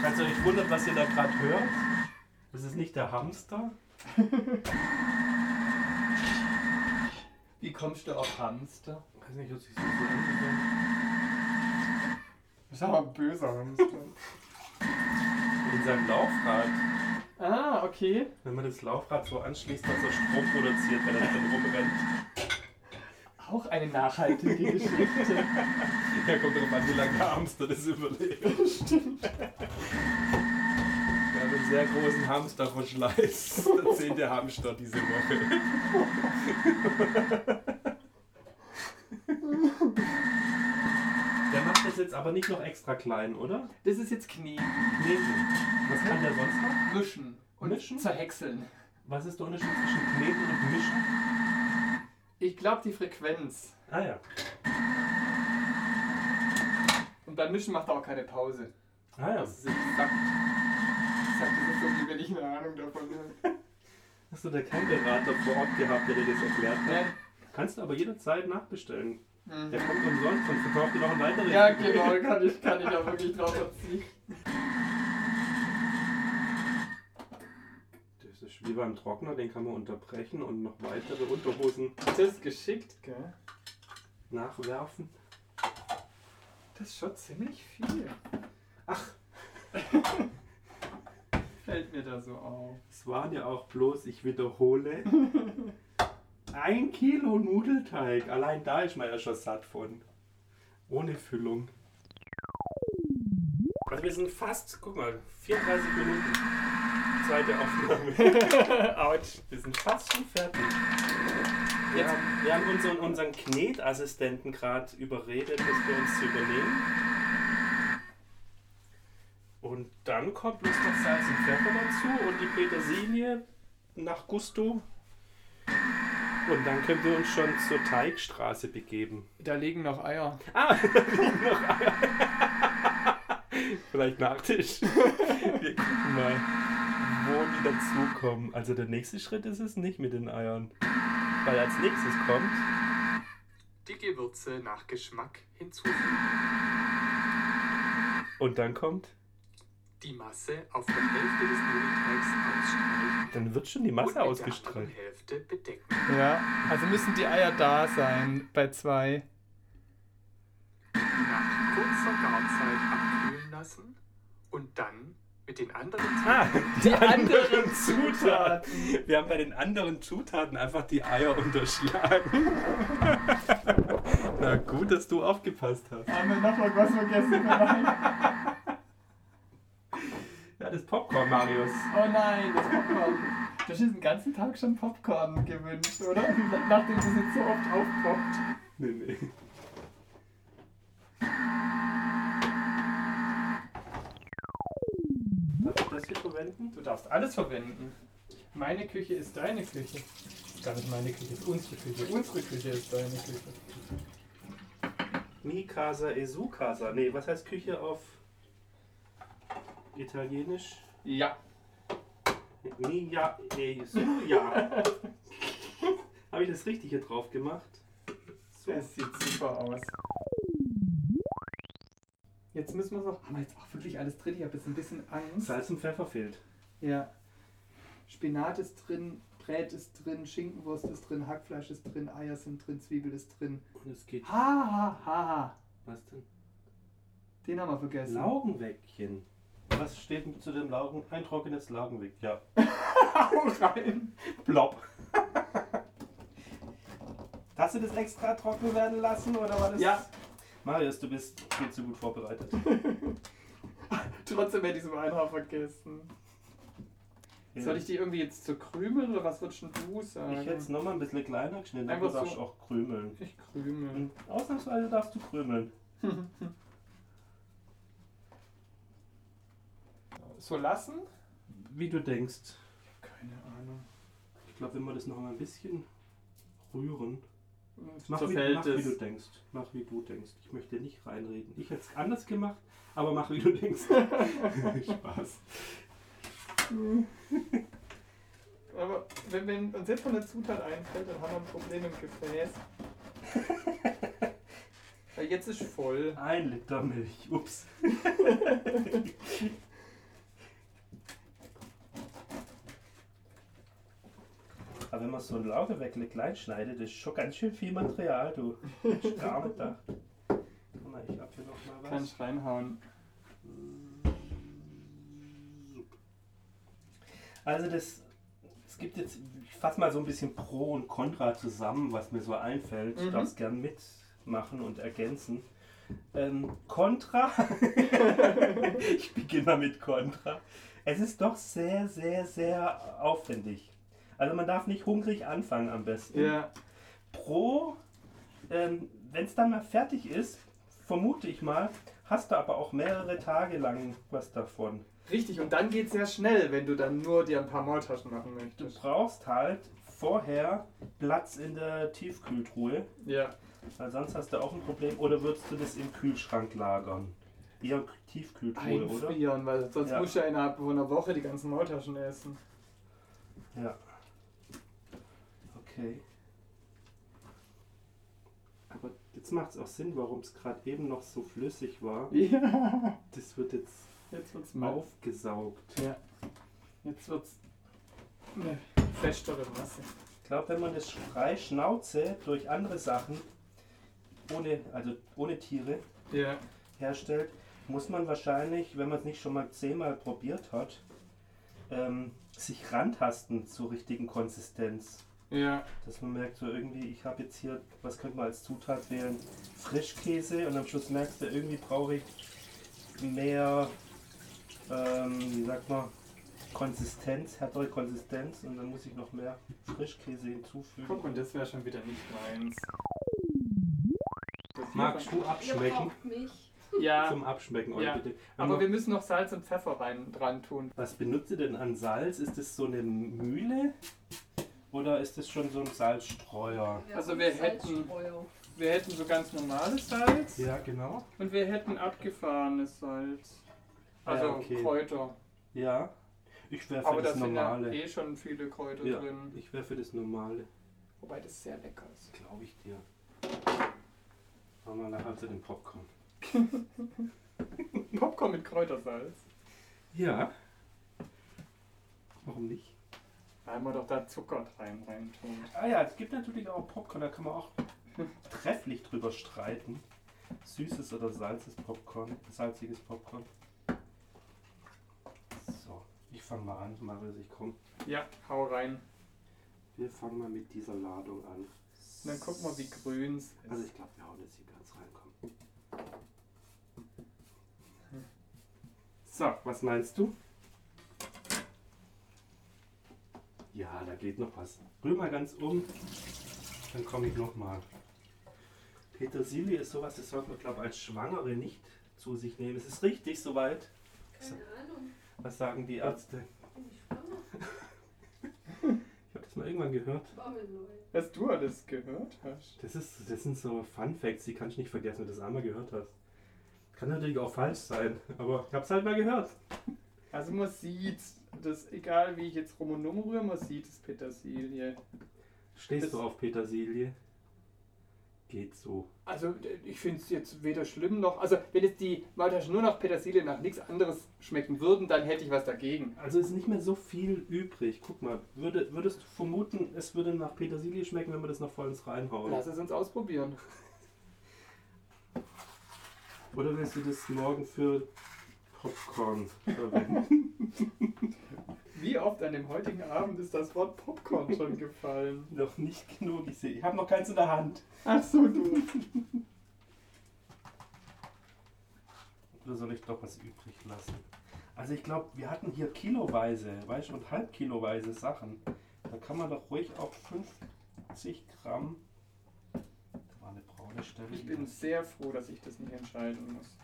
Falls ihr euch wundert, was ihr da gerade hört, das ist nicht der Hamster. Wie kommst du auf Hamster? Ich weiß nicht, ob sich so angehört. Das ist aber ein böser Hamster. In seinem Laufrad. Ah, okay. Wenn man das Laufrad so anschließt, dass er Strom produziert, wenn er dann rumrennt. Auch eine nachhaltige Geschichte. Ja, kommt drauf an, wie lange der Hamster das überlebt. Stimmt. Wir haben einen sehr großen Hamsterverschleiß. Der 10. Hamster diese Woche. Der macht das jetzt aber nicht noch extra klein, oder? Das ist jetzt Kneten. Kneten. Was kann der sonst noch? Mischen. Und Mischen? zerhäckseln. Was ist der Unterschied zwischen Kneten und Mischen? Ich glaube die Frequenz. Ah ja. Und beim Mischen macht er auch keine Pause. Ah ja. Das ist exakt. Ich sag das so, wie wenn ich eine Ahnung davon habe. Hast du da keinen Berater vor Ort gehabt, der dir das erklärt hat? Nein. Kannst du aber jederzeit nachbestellen. Mhm. Der kommt umsonst und verkauft dir noch ein weiteres. Ja, genau, kann ich auch wirklich drauf verzichten. Das ist wie beim Trockner, den kann man unterbrechen und noch weitere Unterhosen Das ist geschickt, gell? nachwerfen. Das ist schon ziemlich viel. Ach, Fällt mir da so auf. es waren ja auch bloß, ich wiederhole, 1 Kilo Nudelteig. Allein da ist man ja schon satt von. Ohne Füllung. Also wir sind fast, guck mal, 34 Minuten. Zweite Aufnahme. Autsch. Wir sind fast schon fertig. Wir haben unseren Knetassistenten gerade überredet, das für uns zu übernehmen. Und dann kommt bloß noch Salz und Pfeffer dazu und die Petersilie nach Gusto. Und dann können wir uns schon zur Teigstraße begeben. Da liegen noch Eier. Ah, da liegen noch Eier. Vielleicht Nachtisch. Wir gucken mal, wo die dazukommen. Also der nächste Schritt ist es nicht mit den Eiern. Weil als nächstes kommt... Die Gewürze nach Geschmack hinzufügen. Und dann kommt... Die Masse auf der Hälfte des Nudelteigs ausstreichen. Dann wird schon die Und Masse mit der ausgestrahlt. anderen Hälfte bedecken. Ja, also müssen die Eier da sein bei 2. Nach kurzer Garzeit abkühlen lassen und dann mit den anderen Ah, Die anderen Zutaten. Wir haben bei den anderen Zutaten einfach die Eier unterschlagen. Na gut, dass du aufgepasst hast. Haben wir noch irgendwas vergessen? Ja, das Popcorn, Marius. Oh nein, das Popcorn. Du hast den ganzen Tag schon Popcorn gewünscht, oder? Nachdem das jetzt so oft aufpoppt. Nee. Darf ich das hier verwenden? Du darfst alles verwenden. Meine Küche ist deine Küche. Das ist gar nicht meine Küche, das ist unsere Küche. Unsere Küche ist deine Küche. Mi casa e su casa. Nee, was heißt Küche auf Italienisch? Ja. Mi ja e su ja. Habe ich das richtig hier drauf gemacht? So. Das sieht super aus. Jetzt müssen wir noch. Haben wir jetzt auch wirklich alles drin? Ich habe jetzt ein bisschen Angst. Salz und Pfeffer fehlt. Ja. Spinat ist drin, Brät ist drin, Schinkenwurst ist drin, Hackfleisch ist drin, Eier sind drin, Zwiebel ist drin. Und es geht. Ha. Was denn? Den haben wir vergessen. Laugenweckchen. Was steht denn zu dem Laugen? Ein trockenes Laugenweck. Ja. Hau rein. Plopp. Hast du das extra trocken werden lassen oder war das? Ja. Marius, du bist viel zu gut vorbereitet. Trotzdem hätte ich so einen vergessen. Ja. Soll ich die irgendwie jetzt zerkrümeln oder was würdest du sagen? Ich hätte es nochmal ein bisschen kleiner geschnitten, aber Einfach du darfst so. auch krümeln. Ich krümel. Und ausnahmsweise darfst du krümeln. So lassen? Wie du denkst. Keine Ahnung. Ich glaube, wenn wir das noch mal ein bisschen rühren. Mach Mach wie du denkst. Mach wie du denkst. Ich möchte nicht reinreden. Ich hätte es anders gemacht, aber mach wie du denkst. Spaß. Aber wenn uns jetzt noch eine Zutat einfällt, dann haben wir ein Problem im Gefäß. Weil jetzt ist voll. 1 Liter Milch. Ups. Aber wenn man so ein Laugenweckle klein schneidet, das ist schon ganz schön viel Material, du. Hätte ich gar nicht gedacht. Guck mal, ich hab hier noch mal was. Kannst reinhauen. Also es gibt jetzt, ich fasse mal so ein bisschen Pro und Contra zusammen, was mir so einfällt. Du darfst gern mitmachen und ergänzen. Contra, ich beginne mal mit Contra. Es ist doch sehr, sehr, sehr aufwendig. Also man darf nicht hungrig anfangen am besten. Ja. Pro, wenn es dann mal fertig ist, vermute ich mal, hast du aber auch mehrere Tage lang was davon. Richtig, und dann geht es sehr schnell, wenn du dann nur dir ein paar Maultaschen machen Du möchtest. brauchst halt vorher Platz in der Tiefkühltruhe, Ja. weil sonst hast du auch ein Problem. Oder würdest du das im Kühlschrank lagern? Eher Tiefkühltruhe, oder? Einfrieren, weil sonst Ja. musst du ja innerhalb von einer Woche die ganzen Maultaschen essen. Ja. Okay. Aber jetzt macht es auch Sinn, warum es gerade eben noch so flüssig war. Ja. Das wird jetzt Jetzt wird's mal. aufgesaugt. Ja. Jetzt wird's eine festere Masse. Ich glaube, wenn man das frei Schnauze durch andere Sachen, ohne Tiere, Ja. herstellt, muss man wahrscheinlich, wenn man es nicht schon mal 10-mal probiert hat, sich rantasten zur richtigen Konsistenz. Ja. Dass man merkt, so irgendwie, ich habe jetzt hier, was könnte man als Zutat wählen? Frischkäse, und am Schluss merkst du, irgendwie brauche ich mehr, wie sagt man, Konsistenz, härtere Konsistenz, und dann muss ich noch mehr Frischkäse hinzufügen. Guck, und das wäre schon wieder nicht meins. Das hier Magst von- du Ihr abschmecken? braucht mich. Ja. Zum Abschmecken, Ja. bitte. Aber wir müssen noch Salz und Pfeffer dran tun. Was benutzt ihr denn an Salz? Ist das so eine Mühle oder ist das schon so ein Salzstreuer? Also wir hätten- Wir hätten so ganz normales Salz Ja, genau. und wir hätten abgefahrenes Salz. Also Ja, okay. Kräuter. Ja, ich wäre für Aber da das sind ja Normale. eh schon viele Kräuter Ja, drin. ich wäre für das Normale, Wobei das sehr lecker ist. glaube ich dir. Machen wir nachher zu dem Popcorn. Popcorn mit Kräutersalz. Ja. Warum nicht? Weil man doch da Zucker rein tun. Ah ja, es gibt natürlich auch Popcorn, da kann man auch trefflich drüber streiten. Süßes oder salziges Popcorn. So, ich fange mal an, mal bis ich komme. Ja, hau rein. Wir fangen mal mit dieser Ladung an. Und dann guck mal, wie grün es ist. Also ich glaube, wir hauen jetzt hier ganz rein. Komm. So, was meinst du? Ja, da geht noch was. Rühr mal ganz um, dann komme ich nochmal. Petersilie ist sowas, das sollte man, glaube ich, als Schwangere nicht zu sich nehmen. Ist es richtig soweit? Keine Ahnung. Was sagen die Ärzte? Bin ich schwanger? Ich habe das mal irgendwann gehört. War mir neu. Was du alles gehört hast. Das sind so Fun Facts, die kannst du nicht vergessen, wenn du das einmal gehört hast. Kann natürlich auch falsch sein, aber ich habe es halt mal gehört. Also man sieht, das egal wie ich jetzt rum und um rühre, man sieht das Petersilie. Stehst Das- du auf Petersilie? Geht so. Also ich finde es jetzt weder schlimm noch. Also wenn jetzt die Maultaschen nur nach Petersilie nach nichts anderes schmecken würden, dann hätte ich was dagegen. Also ist nicht mehr so viel übrig. Guck mal, würdest du vermuten, es würde nach Petersilie schmecken, wenn wir das noch voll ins reinhauen? Lass es uns ausprobieren. Oder willst du das morgen für Popcorn verwenden? Wie oft an dem heutigen Abend ist das Wort Popcorn schon gefallen? Noch nicht genug, ich sehe. Ich habe noch keins in der Hand. Ach so, du. Oder soll ich doch was übrig lassen? Also ich glaube, wir hatten hier kiloweise, weißt du, und halbkiloweise Sachen. Da kann man doch ruhig auch 50 Gramm. Da war eine braune Stelle. Ich bin sehr froh, dass ich das nicht entscheiden muss.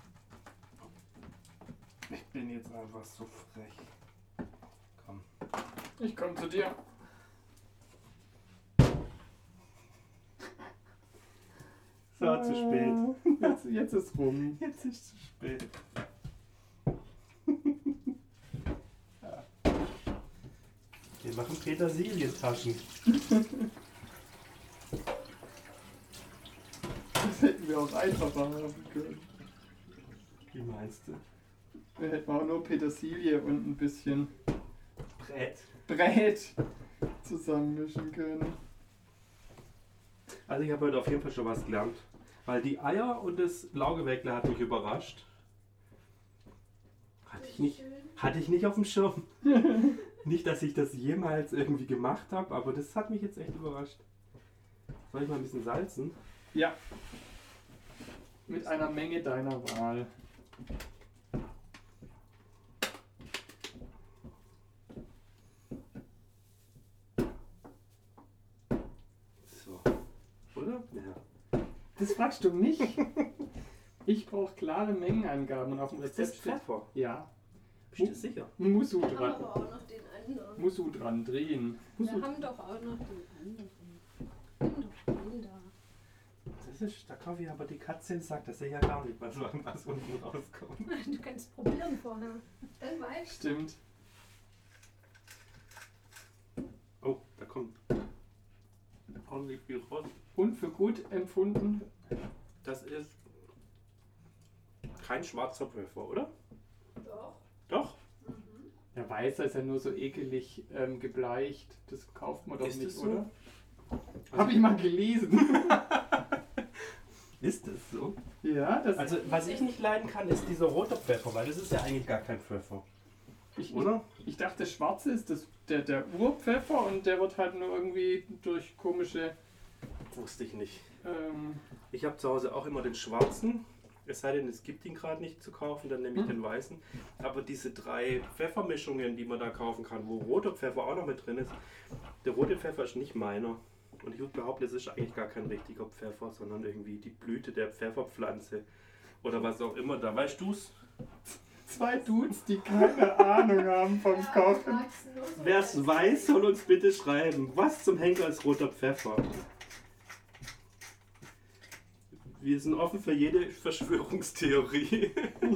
Ich bin jetzt einfach so frech. Komm. Ich komme zu dir. So, zu spät. Jetzt ist rum. Jetzt ist zu spät. Ja. Wir machen Petersilientaschen. Das hätten wir auch einfacher haben können. Wie meinst du? Wir hätten auch nur Petersilie und ein bisschen Brett. Brät. zusammenmischen können. Also ich habe heute auf jeden Fall schon was gelernt. Weil die Eier und das Laugeweckle hat mich überrascht. Hatte ich nicht auf dem Schirm. Nicht, dass ich das jemals irgendwie gemacht habe, aber das hat mich jetzt echt überrascht. Soll ich mal ein bisschen salzen? Ja. Mit einer Menge deiner Wahl. So. Oder? Ja. Das fragst du mich. Ich brauche klare Mengenangaben und auf dem Ist Rezept das Pfeffer? Ja. Bist du sicher? Musu Wir haben dran. aber auch noch den anderen. Musu dran drehen. Wir haben doch auch noch den anderen. Wir haben doch den da. Da kaufe ich aber die Katze und sagt, dass er ja gar nicht, was unten rauskommt. Du kannst probieren vorher. Dann weißt Stimmt. Oh, da kommt ordentlich viel raus. Und für gut empfunden. Das ist kein schwarzer Pfeffer, oder? du. Doch. Doch? Der Weißer ist ja nur so ekelig gebleicht. Das kauft man doch Ist nicht, das so? oder? Habe ich mal gelesen. Ist das so? Ja, das Also, was ich nicht leiden kann, ist dieser rote Pfeffer, weil das ist ja eigentlich gar kein Pfeffer. Oder? Ich dachte, das Schwarze ist der Urpfeffer und der wird halt nur irgendwie durch komische. Wusste ich nicht. Ähm, Ich habe zu Hause auch immer den schwarzen. Es sei denn, es gibt ihn gerade nicht zu kaufen, dann nehme ich den weißen. Aber diese 3 Pfeffermischungen, die man da kaufen kann, wo roter Pfeffer auch noch mit drin ist, der rote Pfeffer ist nicht meiner. Und ich würde behaupten, es ist eigentlich gar kein richtiger Pfeffer, sondern irgendwie die Blüte der Pfefferpflanze. Oder was auch immer da. Weißt du's? 2 Dudes, die keine Ahnung haben vom Kochen. Wer es weiß, soll uns bitte schreiben. Was zum Henker ist roter Pfeffer? Wir sind offen für jede Verschwörungstheorie.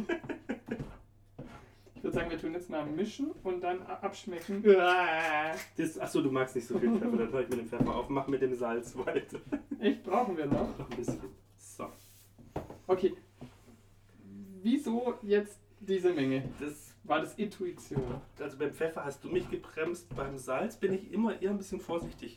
Ich würde sagen, wir tun jetzt mal mischen und dann abschmecken. Achso, du magst nicht so viel Pfeffer, dann höre ich mit dem Pfeffer auf, mach mit dem Salz weiter. Echt, brauchen wir noch? Noch ein bisschen. So. Okay. Wieso jetzt diese Menge? Das, War das Intuition? also beim Pfeffer hast du mich gebremst, beim Salz bin ich immer eher ein bisschen vorsichtig.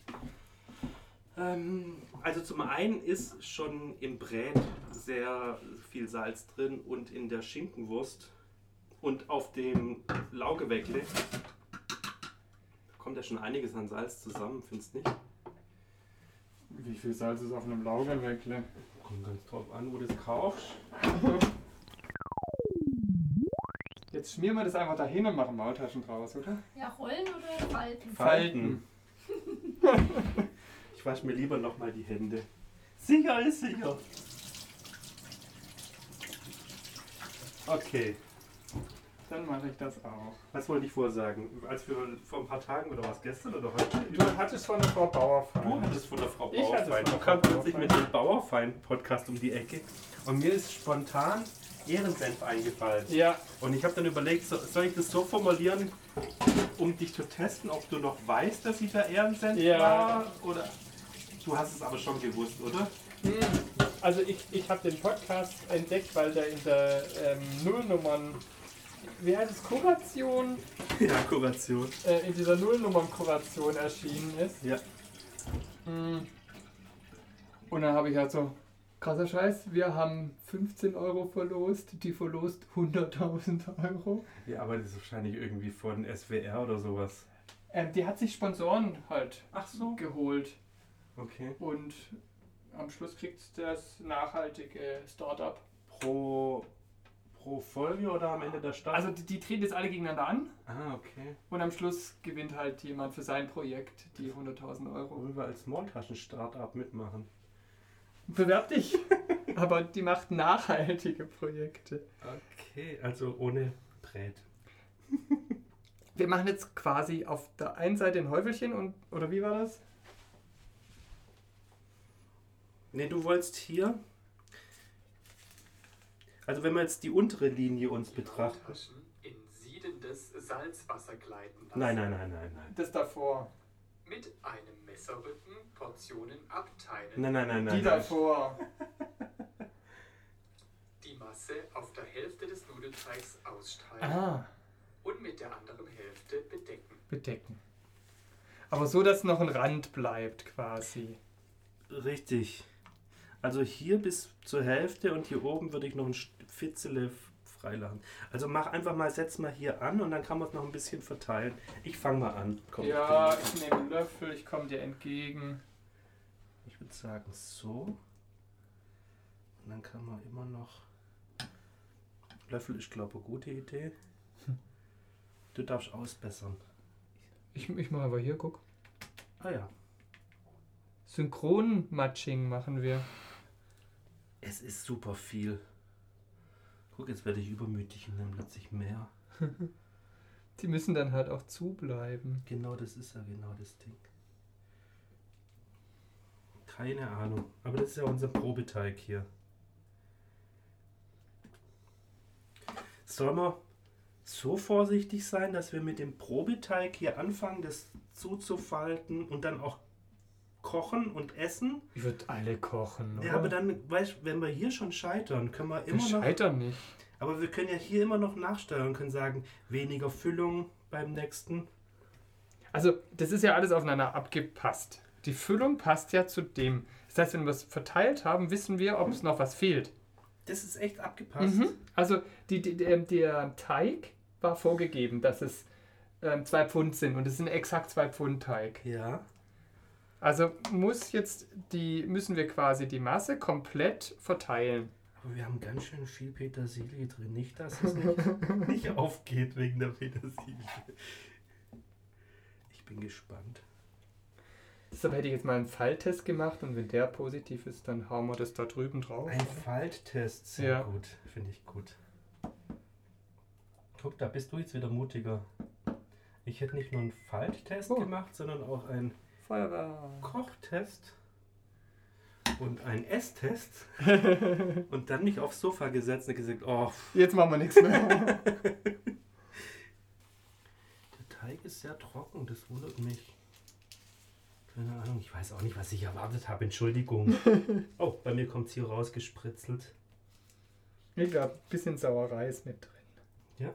Also zum einen ist schon im Brät sehr viel Salz drin und in der Schinkenwurst und auf dem Laugeweckle kommt ja schon einiges an Salz zusammen, findest du nicht? Wie viel Salz ist auf einem Laugeweckle? Kommt ganz drauf an, wo du es kaufst. Jetzt schmieren wir das einfach dahin und machen Maultaschen draus, oder? Ja, rollen oder falten? Falten. Ich wasche mir lieber nochmal die Hände. Sicher ist sicher. Okay, Dann mache ich das auch. was wollte ich vorsagen? Als wir vor ein paar Tagen oder was, gestern oder heute? Du hattest von der Frau Bauerfein. Du hattest von der Frau Ich hatte Bauerfein. von der Du Frau kamst plötzlich Bauerfein. mit dem Bauerfein-Podcast um die Ecke und mir ist spontan Ehrensenf eingefallen. Ja, Und ich habe dann überlegt, soll ich das so formulieren, um dich zu testen, ob du noch weißt, dass sie der Ehrensenf Ja. war? Oder du hast es aber schon gewusst, oder? also ich habe den Podcast entdeckt, weil der in der Nullnummern, wie heißt es, Kuration, Ja, Kuration. in dieser Nullnummern-Kuration erschienen ist. Ja. Und dann habe ich halt so, krasser Scheiß, wir haben 15 Euro verlost, die verlost 100.000 Euro. Ja, aber das ist wahrscheinlich irgendwie von SWR oder sowas. Die hat sich Sponsoren halt Ach so. geholt Okay. und am Schluss kriegt das nachhaltige Startup. Pro Folge oder am Ende der Stadt? Also die treten jetzt alle gegeneinander an Ah, okay. und am Schluss gewinnt halt jemand für sein Projekt die 100.000 Euro. Wollen wir als Maultaschen-Startup mitmachen? Bewerb dich! Aber die macht nachhaltige Projekte. Okay, also ohne Brät. Wir machen jetzt quasi auf der einen Seite ein Häufelchen und, oder wie war das? Ne, du wolltest hier. Also wenn wir jetzt die untere Linie uns betrachten. Maultaschen in siedendes Salzwasser gleiten lassen. Nein. Das davor. Mit einem Messerrücken Portionen abteilen. Nein. Die davor. Die Masse auf der Hälfte des Aber so, dass noch ein Rand bleibt quasi. Richtig. Also hier bis zur Hälfte und hier oben würde ich noch ein Fitzele freilassen. Also mach einfach mal, setz mal hier an und dann kann man es noch ein bisschen verteilen. Ich fange mal an. Komm, Ja, ich nehme einen Löffel, ich komme dir entgegen. ich würde sagen so. Und dann kann man immer noch... Löffel ist, glaube ich, eine gute Idee. Du darfst ausbessern. Ich mache aber hier, guck. Ah ja. Synchron-Matching machen wir. Es ist super viel. Guck, jetzt werde ich übermütig und dann plötzlich mehr. Die müssen dann halt auch zubleiben. Genau, das ist ja genau das Ding. Keine Ahnung. Aber das ist ja unser Probeteig hier. Sollen wir so vorsichtig sein, dass wir mit dem Probeteig hier anfangen, das zuzufalten und dann auch kochen und essen? Ich würde alle kochen, oder? Ja, aber dann, weißt du, wenn wir hier schon scheitern, können wir wir immer noch... scheitern nicht. Aber wir können ja hier immer noch nachsteuern und können sagen, weniger Füllung beim nächsten. Also, das ist ja alles aufeinander abgepasst. Die Füllung passt ja zu dem. Das heißt, wenn wir es verteilt haben, wissen wir, ob es noch was fehlt. Das ist echt abgepasst. Also, der Teig war vorgegeben, dass es 2 Pfund sind und es sind exakt 2 Pfund Teig. Ja. Also müssen wir quasi die Masse komplett verteilen. Aber wir haben ganz schön viel Petersilie drin. Nicht, dass es nicht aufgeht wegen der Petersilie. Ich bin gespannt. Deshalb hätte ich jetzt mal einen Falltest gemacht und wenn der positiv ist, dann hauen wir das da drüben drauf. Ein Falttest, sehr Ja. gut. Finde ich gut. Guck, da bist du jetzt wieder mutiger. Ich hätte nicht nur einen Falttest gemacht, sondern auch einen Feuerwehr. Kochtest und einen Esstest und dann mich aufs Sofa gesetzt und gesagt, oh, Jetzt machen wir nichts mehr. der Teig ist sehr trocken, das wundert mich. Keine Ahnung, ich weiß auch nicht, was ich erwartet habe, Entschuldigung. Oh, bei mir kommt es hier rausgespritzelt. Ich glaube, ein bisschen Sauerei ist mit drin. Ja.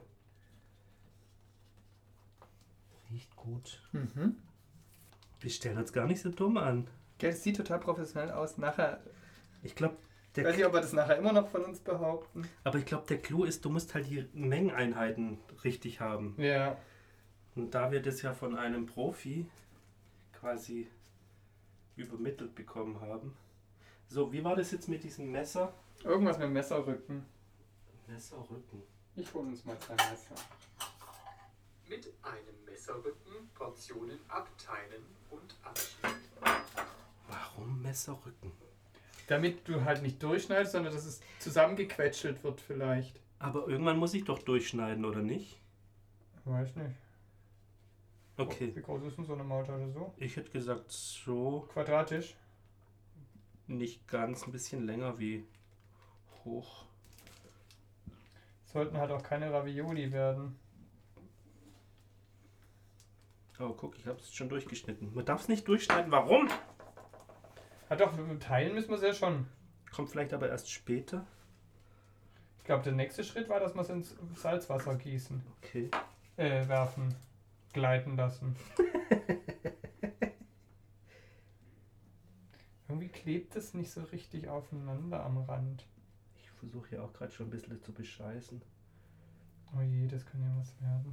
Riecht gut. Wir stellen uns gar nicht so dumm an. Gell, das sieht total professionell aus. Nachher, Ich glaube, ich weiß nicht, ob wir das nachher immer noch von uns behaupten. aber ich glaube, der Clou ist, du musst halt die Mengeneinheiten richtig haben. Ja. Und da wir das ja von einem Profi quasi übermittelt bekommen haben. So, wie war das jetzt mit diesem Messer? Irgendwas mit dem Messerrücken. Messerrücken. Ich hole uns mal 2 Messer. Mit einem Messerrücken Portionen abteilen und abschneiden. Warum Messerrücken? Damit du halt nicht durchschneidest, sondern dass es zusammengequetschelt wird vielleicht. Aber irgendwann muss ich doch durchschneiden, oder nicht? Weiß nicht. Okay. Wie groß ist denn so eine Maultasche so? Ich hätte gesagt, so Quadratisch? nicht ganz, ein bisschen länger wie hoch. Sollten halt auch keine Ravioli werden. Oh, guck, ich habe es schon durchgeschnitten. Man darf es nicht durchschneiden. Warum? Doch, teilen müssen wir es ja schon. Kommt vielleicht aber erst später. Ich glaube, der nächste Schritt war, dass wir es ins Salzwasser gießen. Okay. Werfen. Gleiten lassen. Irgendwie klebt es nicht so richtig aufeinander am Rand. Ich versuche ja auch gerade schon ein bisschen zu bescheißen. Oh je, das kann ja was werden.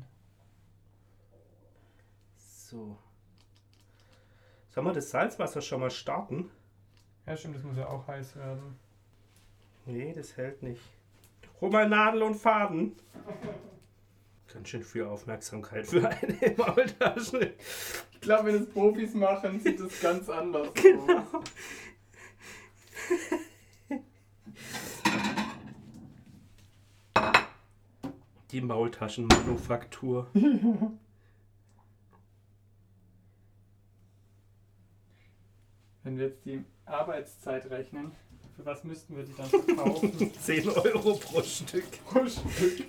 So. Sollen wir das Salzwasser schon mal starten? Ja, stimmt, das muss ja auch heiß werden. Nee, das hält nicht. Hol mal Nadel und Faden. Ganz schön viel Aufmerksamkeit für eine Maultasche. Ich glaube, wenn es Profis machen, sieht es ganz anders aus. Genau. Die Maultaschenmanufaktur. Wenn wir jetzt die Arbeitszeit rechnen, für was müssten wir die dann verkaufen? 10 Euro pro Stück. Pro Stück.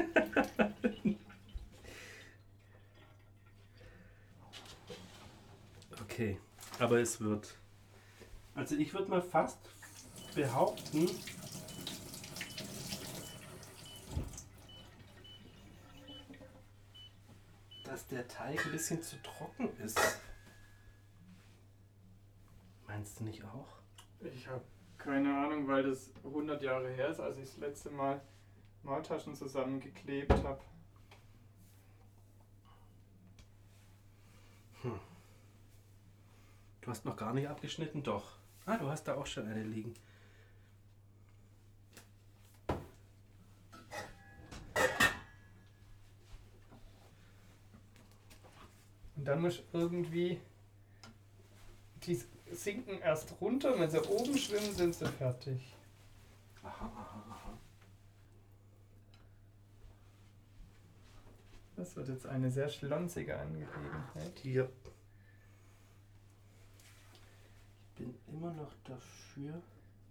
Okay, aber es wird. Also ich würde mal fast behaupten, dass der Teig ein bisschen zu trocken ist. Meinst du nicht auch? Ich habe keine Ahnung, weil das 100 Jahre her ist, als ich das letzte Mal Maultaschen zusammengeklebt habe. Du hast noch gar nicht abgeschnitten? Doch. Ah, du hast da auch schon eine liegen. Und dann muss irgendwie... Die sinken erst runter, wenn sie oben schwimmen, sind sie fertig. Aha. Das wird jetzt eine sehr schlonzige Angelegenheit. Hier. Ich bin immer noch dafür,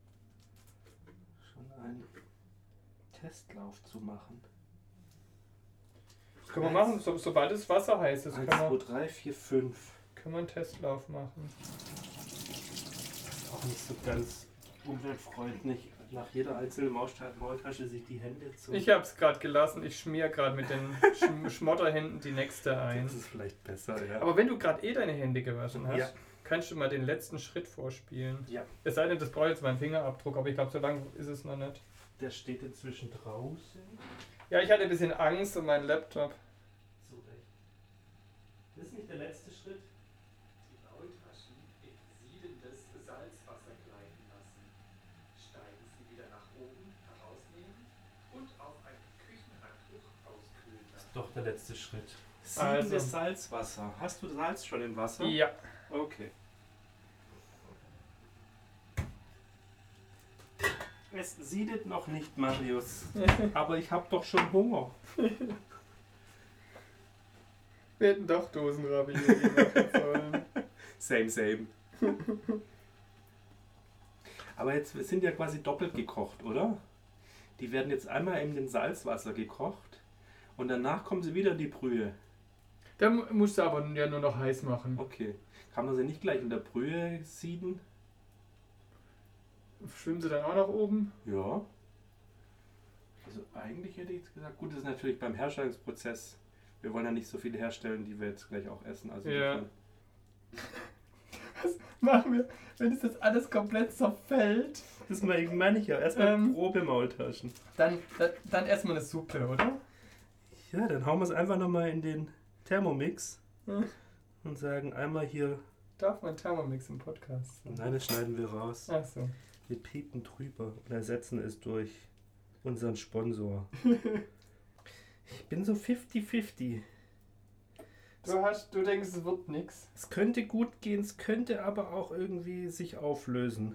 schon einen Testlauf zu machen. Können wir machen, sobald das Wasser heiß ist, 1, können 2, 3, 4, 5. wir einen Testlauf machen. Auch nicht so ganz umweltfreundlich. Nach jeder einzelnen Maultasche sich die Hände zu... Ich habe es gerade gelassen, ich schmier gerade mit den Schmotterhänden die nächste ein. Das ist vielleicht besser, ja. Aber wenn du gerade deine Hände gewaschen hast, Ja. kannst du mal den letzten Schritt vorspielen. Ja. Es sei denn, das braucht jetzt meinen Fingerabdruck, aber ich glaube, so lange ist es noch nicht. Der steht inzwischen draußen. Ja, ich hatte ein bisschen Angst um meinen Laptop. So recht. Das ist nicht der letzte Schritt. Die Maultaschen in siedendes Salzwasser gleiten lassen. Steigen sie wieder nach oben, herausnehmen und auf ein Küchenhandtuch auskühlen Das ist lassen. doch der letzte Schritt. Also. Siedendes Salzwasser. Hast du Salz schon im Wasser? Ja. Okay. Es siedet noch nicht, Marius. Aber ich habe doch schon Hunger. Wir hätten doch Dosenravioli machen sollen. Same. Aber jetzt wir sind ja quasi doppelt gekocht, oder? Die werden jetzt einmal in den Salzwasser gekocht und danach kommen sie wieder in die Brühe. Da musst du aber ja nur noch heiß machen. Okay. Kann man sie nicht gleich in der Brühe sieden? Schwimmen sie dann auch nach oben? Ja. Also eigentlich hätte ich jetzt gesagt, gut, das ist natürlich beim Herstellungsprozess. Wir wollen ja nicht so viele herstellen, die wir jetzt gleich auch essen. Also Ja. insofern- Was machen wir, wenn es jetzt alles komplett zerfällt? Das meine ich ja. Erstmal Ähm. Probemaultaschen. Dann erstmal eine Suppe, oder? Ja, dann hauen wir es einfach nochmal in den Thermomix Hm. und sagen einmal hier. Darf man Thermomix im Podcast sagen? Nein, das schneiden wir raus. Ach so. Wir piepen drüber und ersetzen es durch unseren Sponsor. Ich bin so 50-50. Du denkst, es wird nix. Es könnte gut gehen, es könnte aber auch irgendwie sich auflösen.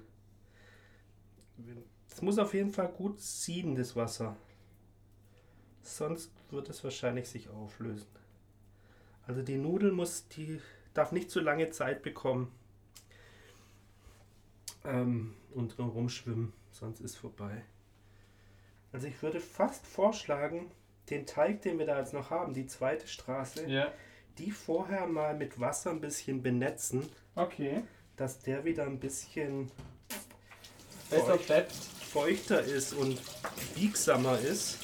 Es muss auf jeden Fall gut sieden, das Wasser. Sonst wird es wahrscheinlich sich auflösen. Also die Nudel darf nicht zu lange Zeit bekommen und rumschwimmen, sonst ist vorbei. Also ich würde fast vorschlagen, den Teig, den wir da jetzt noch haben, die zweite Straße, Ja. die vorher mal mit Wasser ein bisschen benetzen, Okay. dass der wieder ein bisschen Besser Bett. feuchter ist und biegsamer ist.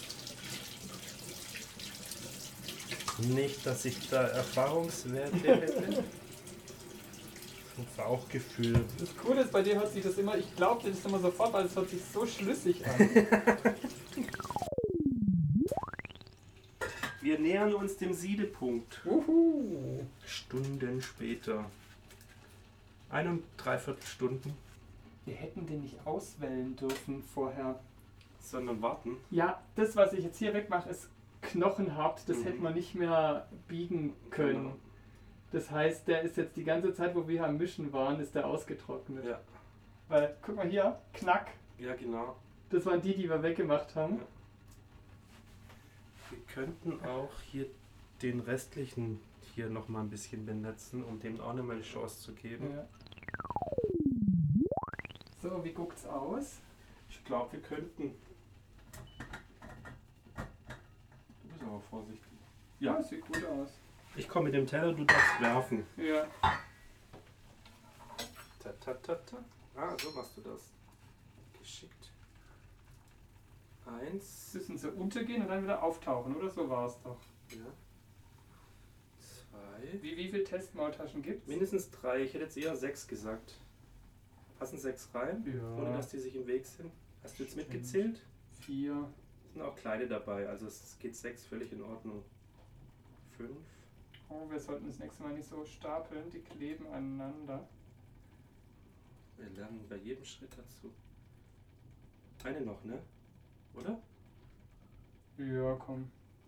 Nicht, dass ich da Erfahrungswerte hätte. Ein Bauchgefühl. Das Coole ist, bei dir hört sich das immer, ich glaube dir das immer sofort, weil es hört sich so schlüssig an. Wir nähern uns dem Siedepunkt. Uhu. Stunden später. 1,75 Stunden, Wir hätten den nicht auswählen dürfen vorher. sondern warten. Ja, das, was ich jetzt hier wegmache, ist knochenhart. Das Mhm. hätte man nicht mehr biegen können. Genau. Das heißt, der ist jetzt die ganze Zeit, wo wir am Mischen waren, ist der ausgetrocknet. Ja, Weil, guck mal hier, knack. ja genau. Das waren die wir weggemacht haben. Ja. Wir könnten auch hier den restlichen hier nochmal ein bisschen benetzen, um dem auch nochmal eine Chance zu geben. Ja. So, wie guckt's aus? Ich glaube, wir könnten. Du bist aber vorsichtig. Ja, Sieht gut aus. ich komme mit dem Teller, du darfst werfen. Ja. Ta, ta, ta, ta. Ah, so machst du das. Geschickt. 1, Müssen sie untergehen und dann wieder auftauchen, oder? So war es doch. ja. 2. Wie viele Testmaultaschen gibt's? Mindestens 3. Ich hätte jetzt eher 6 gesagt. Passen 6 rein, Ja. ohne dass die sich im Weg sind? Hast du jetzt mitgezählt? 4. Es sind auch kleine dabei, also es geht 6 völlig in Ordnung. 5. Oh, wir sollten das nächste Mal nicht so stapeln, die kleben aneinander. Wir lernen bei jedem Schritt dazu. Eine noch, ne? Oder? Ja, komm.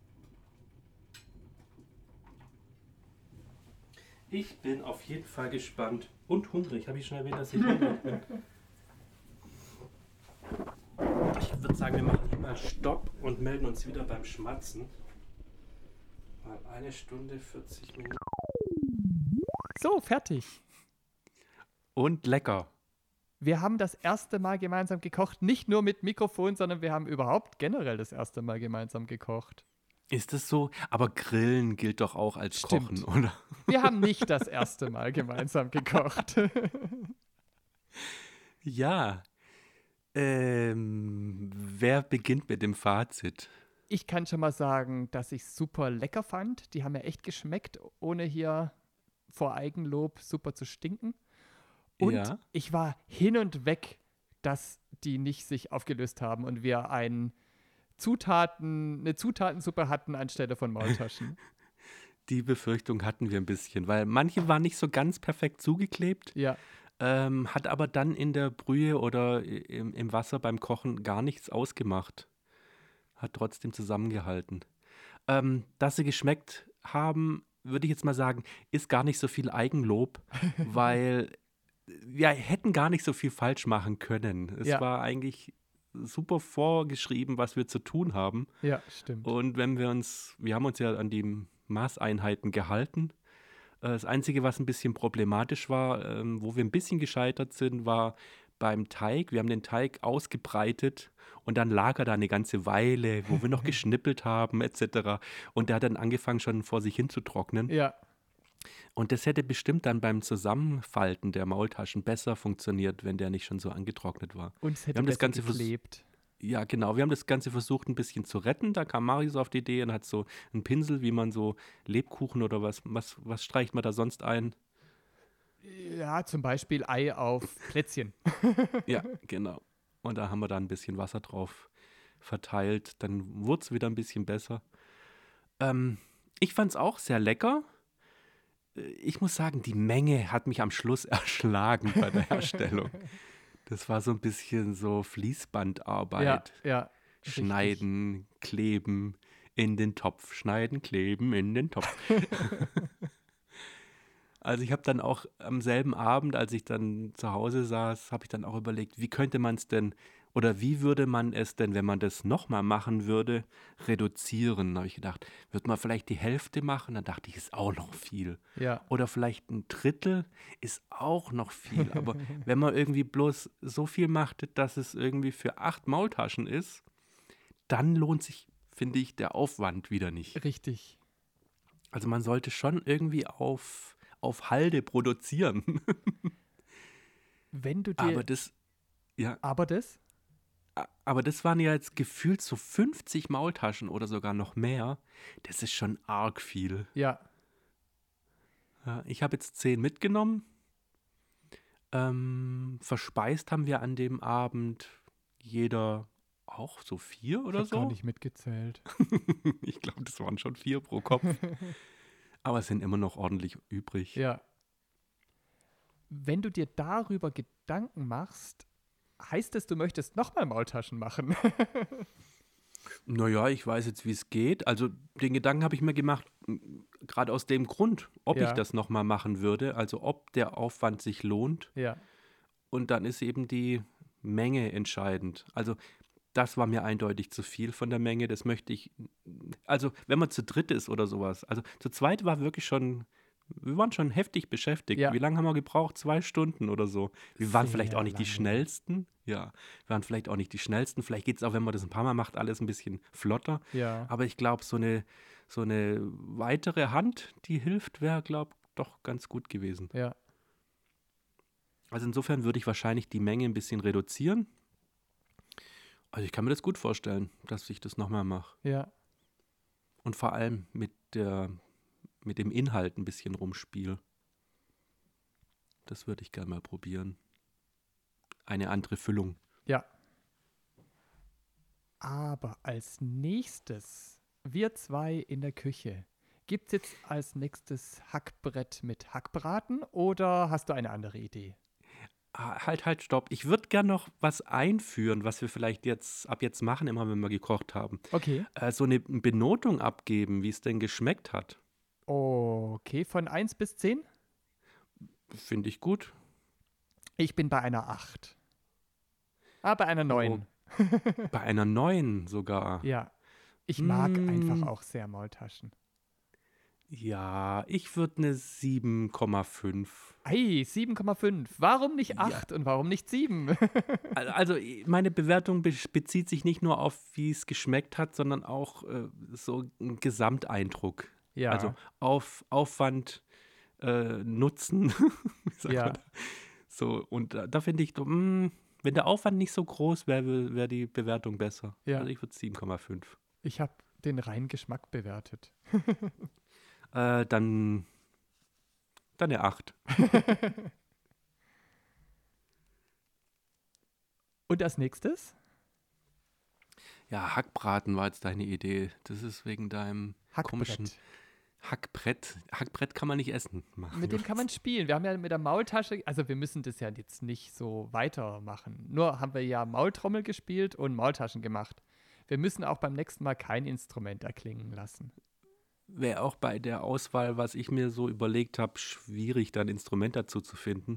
Ich bin auf jeden Fall gespannt und hungrig. Habe ich schon erwähnt, dass ich hungrig bin? Ich würde sagen, wir machen hier mal Stopp und melden uns wieder beim Schmatzen. Mal 1 Stunde 40 Minuten. So, fertig. Und lecker. Wir haben das erste Mal gemeinsam gekocht. Nicht nur mit Mikrofon, sondern wir haben überhaupt generell das erste Mal gemeinsam gekocht. Ist es so? Aber Grillen gilt doch auch als Stimmt. Kochen, oder? Wir haben nicht das erste Mal gemeinsam gekocht. Ja. Wer beginnt mit dem Fazit? Ich kann schon mal sagen, dass ich es super lecker fand. Die haben mir echt geschmeckt, ohne hier vor Eigenlob super zu stinken. Und Ja. ich war hin und weg, dass die nicht sich aufgelöst haben und wir eine Zutatensuppe hatten anstelle von Maultaschen. Die Befürchtung hatten wir ein bisschen, weil manche waren nicht so ganz perfekt zugeklebt, Ja, hat aber dann in der Brühe oder im Wasser beim Kochen gar nichts ausgemacht. Hat trotzdem zusammengehalten. Dass sie geschmeckt haben, würde ich jetzt mal sagen, ist gar nicht so viel Eigenlob, weil wir hätten gar nicht so viel falsch machen können. Es Ja. war eigentlich super vorgeschrieben, was wir zu tun haben. ja, stimmt. Und wenn wir haben uns ja an die Maßeinheiten gehalten. Das Einzige, was ein bisschen problematisch war, wo wir ein bisschen gescheitert sind, war beim Teig. Wir haben den Teig ausgebreitet und dann lag er da eine ganze Weile, wo wir noch geschnippelt haben etc. Und der hat dann angefangen schon vor sich hin zu trocknen. Ja, Und das hätte bestimmt dann beim Zusammenfalten der Maultaschen besser funktioniert, wenn der nicht schon so angetrocknet war. und es hätte haben das besser Ganze geklebt. Ja, genau. Wir haben das Ganze versucht, ein bisschen zu retten. Da kam Marius auf die Idee und hat so einen Pinsel, wie man so Lebkuchen oder was streicht man da sonst ein? Ja, zum Beispiel Ei auf Plätzchen. Ja, genau. Und da haben wir da ein bisschen Wasser drauf verteilt. Dann wurde es wieder ein bisschen besser. Ich fand es auch sehr lecker. Ich muss sagen, die Menge hat mich am Schluss erschlagen bei der Herstellung. Das war so ein bisschen so Fließbandarbeit. Ja, Schneiden, kleben, in den Topf. Schneiden, kleben, in den Topf. Also ich habe dann auch am selben Abend, als ich dann zu Hause saß, habe ich dann auch überlegt, wie könnte man es denn, oder wie würde man es denn, wenn man das nochmal machen würde, reduzieren? Da habe ich gedacht, würde man vielleicht die Hälfte machen? Dann dachte ich, ist auch noch viel. Ja, Oder vielleicht ein Drittel ist auch noch viel. Aber wenn man irgendwie bloß so viel macht, dass es irgendwie für 8 Maultaschen ist, dann lohnt sich, finde ich, der Aufwand wieder nicht. richtig. Also man sollte schon irgendwie auf Halde produzieren. Wenn du dir. Aber das waren ja jetzt gefühlt so 50 Maultaschen oder sogar noch mehr. Das ist schon arg viel. Ja, Ja, ich habe jetzt 10 mitgenommen. Verspeist haben wir an dem Abend jeder auch so 4 ich oder habe gar so. nicht mitgezählt. Ich glaube, das waren schon 4 pro Kopf. Aber es sind immer noch ordentlich übrig. Ja. Wenn du dir darüber Gedanken machst, heißt es, du möchtest nochmal Maultaschen machen. Naja, ich weiß jetzt, wie es geht. Also den Gedanken habe ich mir gemacht, gerade aus dem Grund, ob Ja. ich das nochmal machen würde, also ob der Aufwand sich lohnt. Ja, Und dann ist eben die Menge entscheidend. Also das war mir eindeutig zu viel von der Menge. Das möchte ich, also wenn man zu dritt ist oder sowas. Also zu zweit war wirklich schon, wir waren schon heftig beschäftigt. Ja. Wie lange haben wir gebraucht? 2 Stunden oder so. Wir waren Sehr vielleicht auch nicht die lange. schnellsten. Ja, wir waren vielleicht auch nicht die schnellsten. Vielleicht geht es auch, wenn man das ein paar Mal macht, alles ein bisschen flotter. ja. Aber ich glaube, so eine weitere Hand, die hilft, wäre, glaube ich, doch ganz gut gewesen. Ja, Also insofern würde ich wahrscheinlich die Menge ein bisschen reduzieren. Also ich kann mir das gut vorstellen, dass ich das nochmal mache. ja. Und vor allem mit dem Inhalt ein bisschen rumspiele. Das würde ich gerne mal probieren. eine andere Füllung. Ja. Aber als nächstes, wir zwei in der Küche. Gibt es jetzt als nächstes Hackbrett mit Hackbraten oder hast du eine andere Idee? Halt, stopp. Ich würde gern noch was einführen, was wir vielleicht ab jetzt machen, immer wenn wir gekocht haben. Okay. So eine Benotung abgeben, wie es denn geschmeckt hat. Okay, von 1 bis 10? Finde ich gut. Ich bin bei einer 8. Bei einer 9. Bei einer 9 sogar. Ja. Ich mag einfach Hm. auch sehr Maultaschen. Ja, ich würde eine 7,5. Ei, 7,5. Warum nicht Ja. 8 und warum nicht 7? Also meine Bewertung bezieht sich nicht nur auf, wie es geschmeckt hat, sondern auch so ein Gesamteindruck. Ja. Also Aufwand, Nutzen, wie sagt Ja. man da? So, und da finde ich, wenn der Aufwand nicht so groß wäre, wäre die Bewertung besser. Ja. Also ich würde 7,5. Ich habe den reinen Geschmack bewertet. Dann eine 8. Und als nächstes? Ja, Hackbraten war jetzt deine Idee. Das ist wegen deinem komischen Hackbrett. Hackbrett kann man nicht essen. Mit dem kann man spielen. Wir haben ja mit der Maultasche, also wir müssen das ja jetzt nicht so weitermachen. Nur haben wir ja Maultrommel gespielt und Maultaschen gemacht. Wir müssen auch beim nächsten Mal kein Instrument erklingen lassen. Wäre auch bei der Auswahl, was ich mir so überlegt habe, schwierig, da ein Instrument dazu zu finden.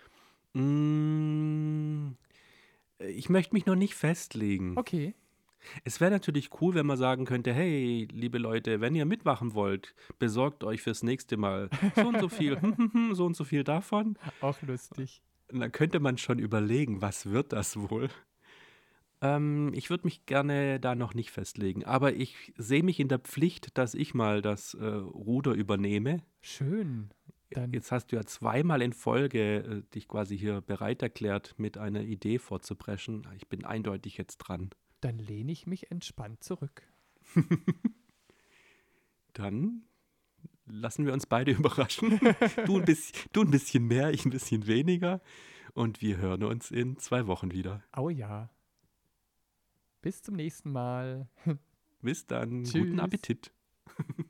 Ich möchte mich noch nicht festlegen. Okay. Es wäre natürlich cool, wenn man sagen könnte, hey, liebe Leute, wenn ihr mitmachen wollt, besorgt euch fürs nächste Mal so und so viel, so und so viel davon. Auch lustig. Und dann könnte man schon überlegen, was wird das wohl? Ich würde mich gerne da noch nicht festlegen, aber ich sehe mich in der Pflicht, dass ich mal das Ruder übernehme. Schön. Dann, Jetzt hast du ja zweimal in Folge dich quasi hier bereit erklärt, mit einer Idee vorzupreschen. Ich bin eindeutig jetzt dran. dann lehne ich mich entspannt zurück. Dann lassen wir uns beide überraschen. Du ein bisschen mehr, ich ein bisschen weniger. Und wir hören uns in 2 Wochen wieder. Oh ja. Bis zum nächsten Mal. Bis dann. Tschüss. Guten Appetit.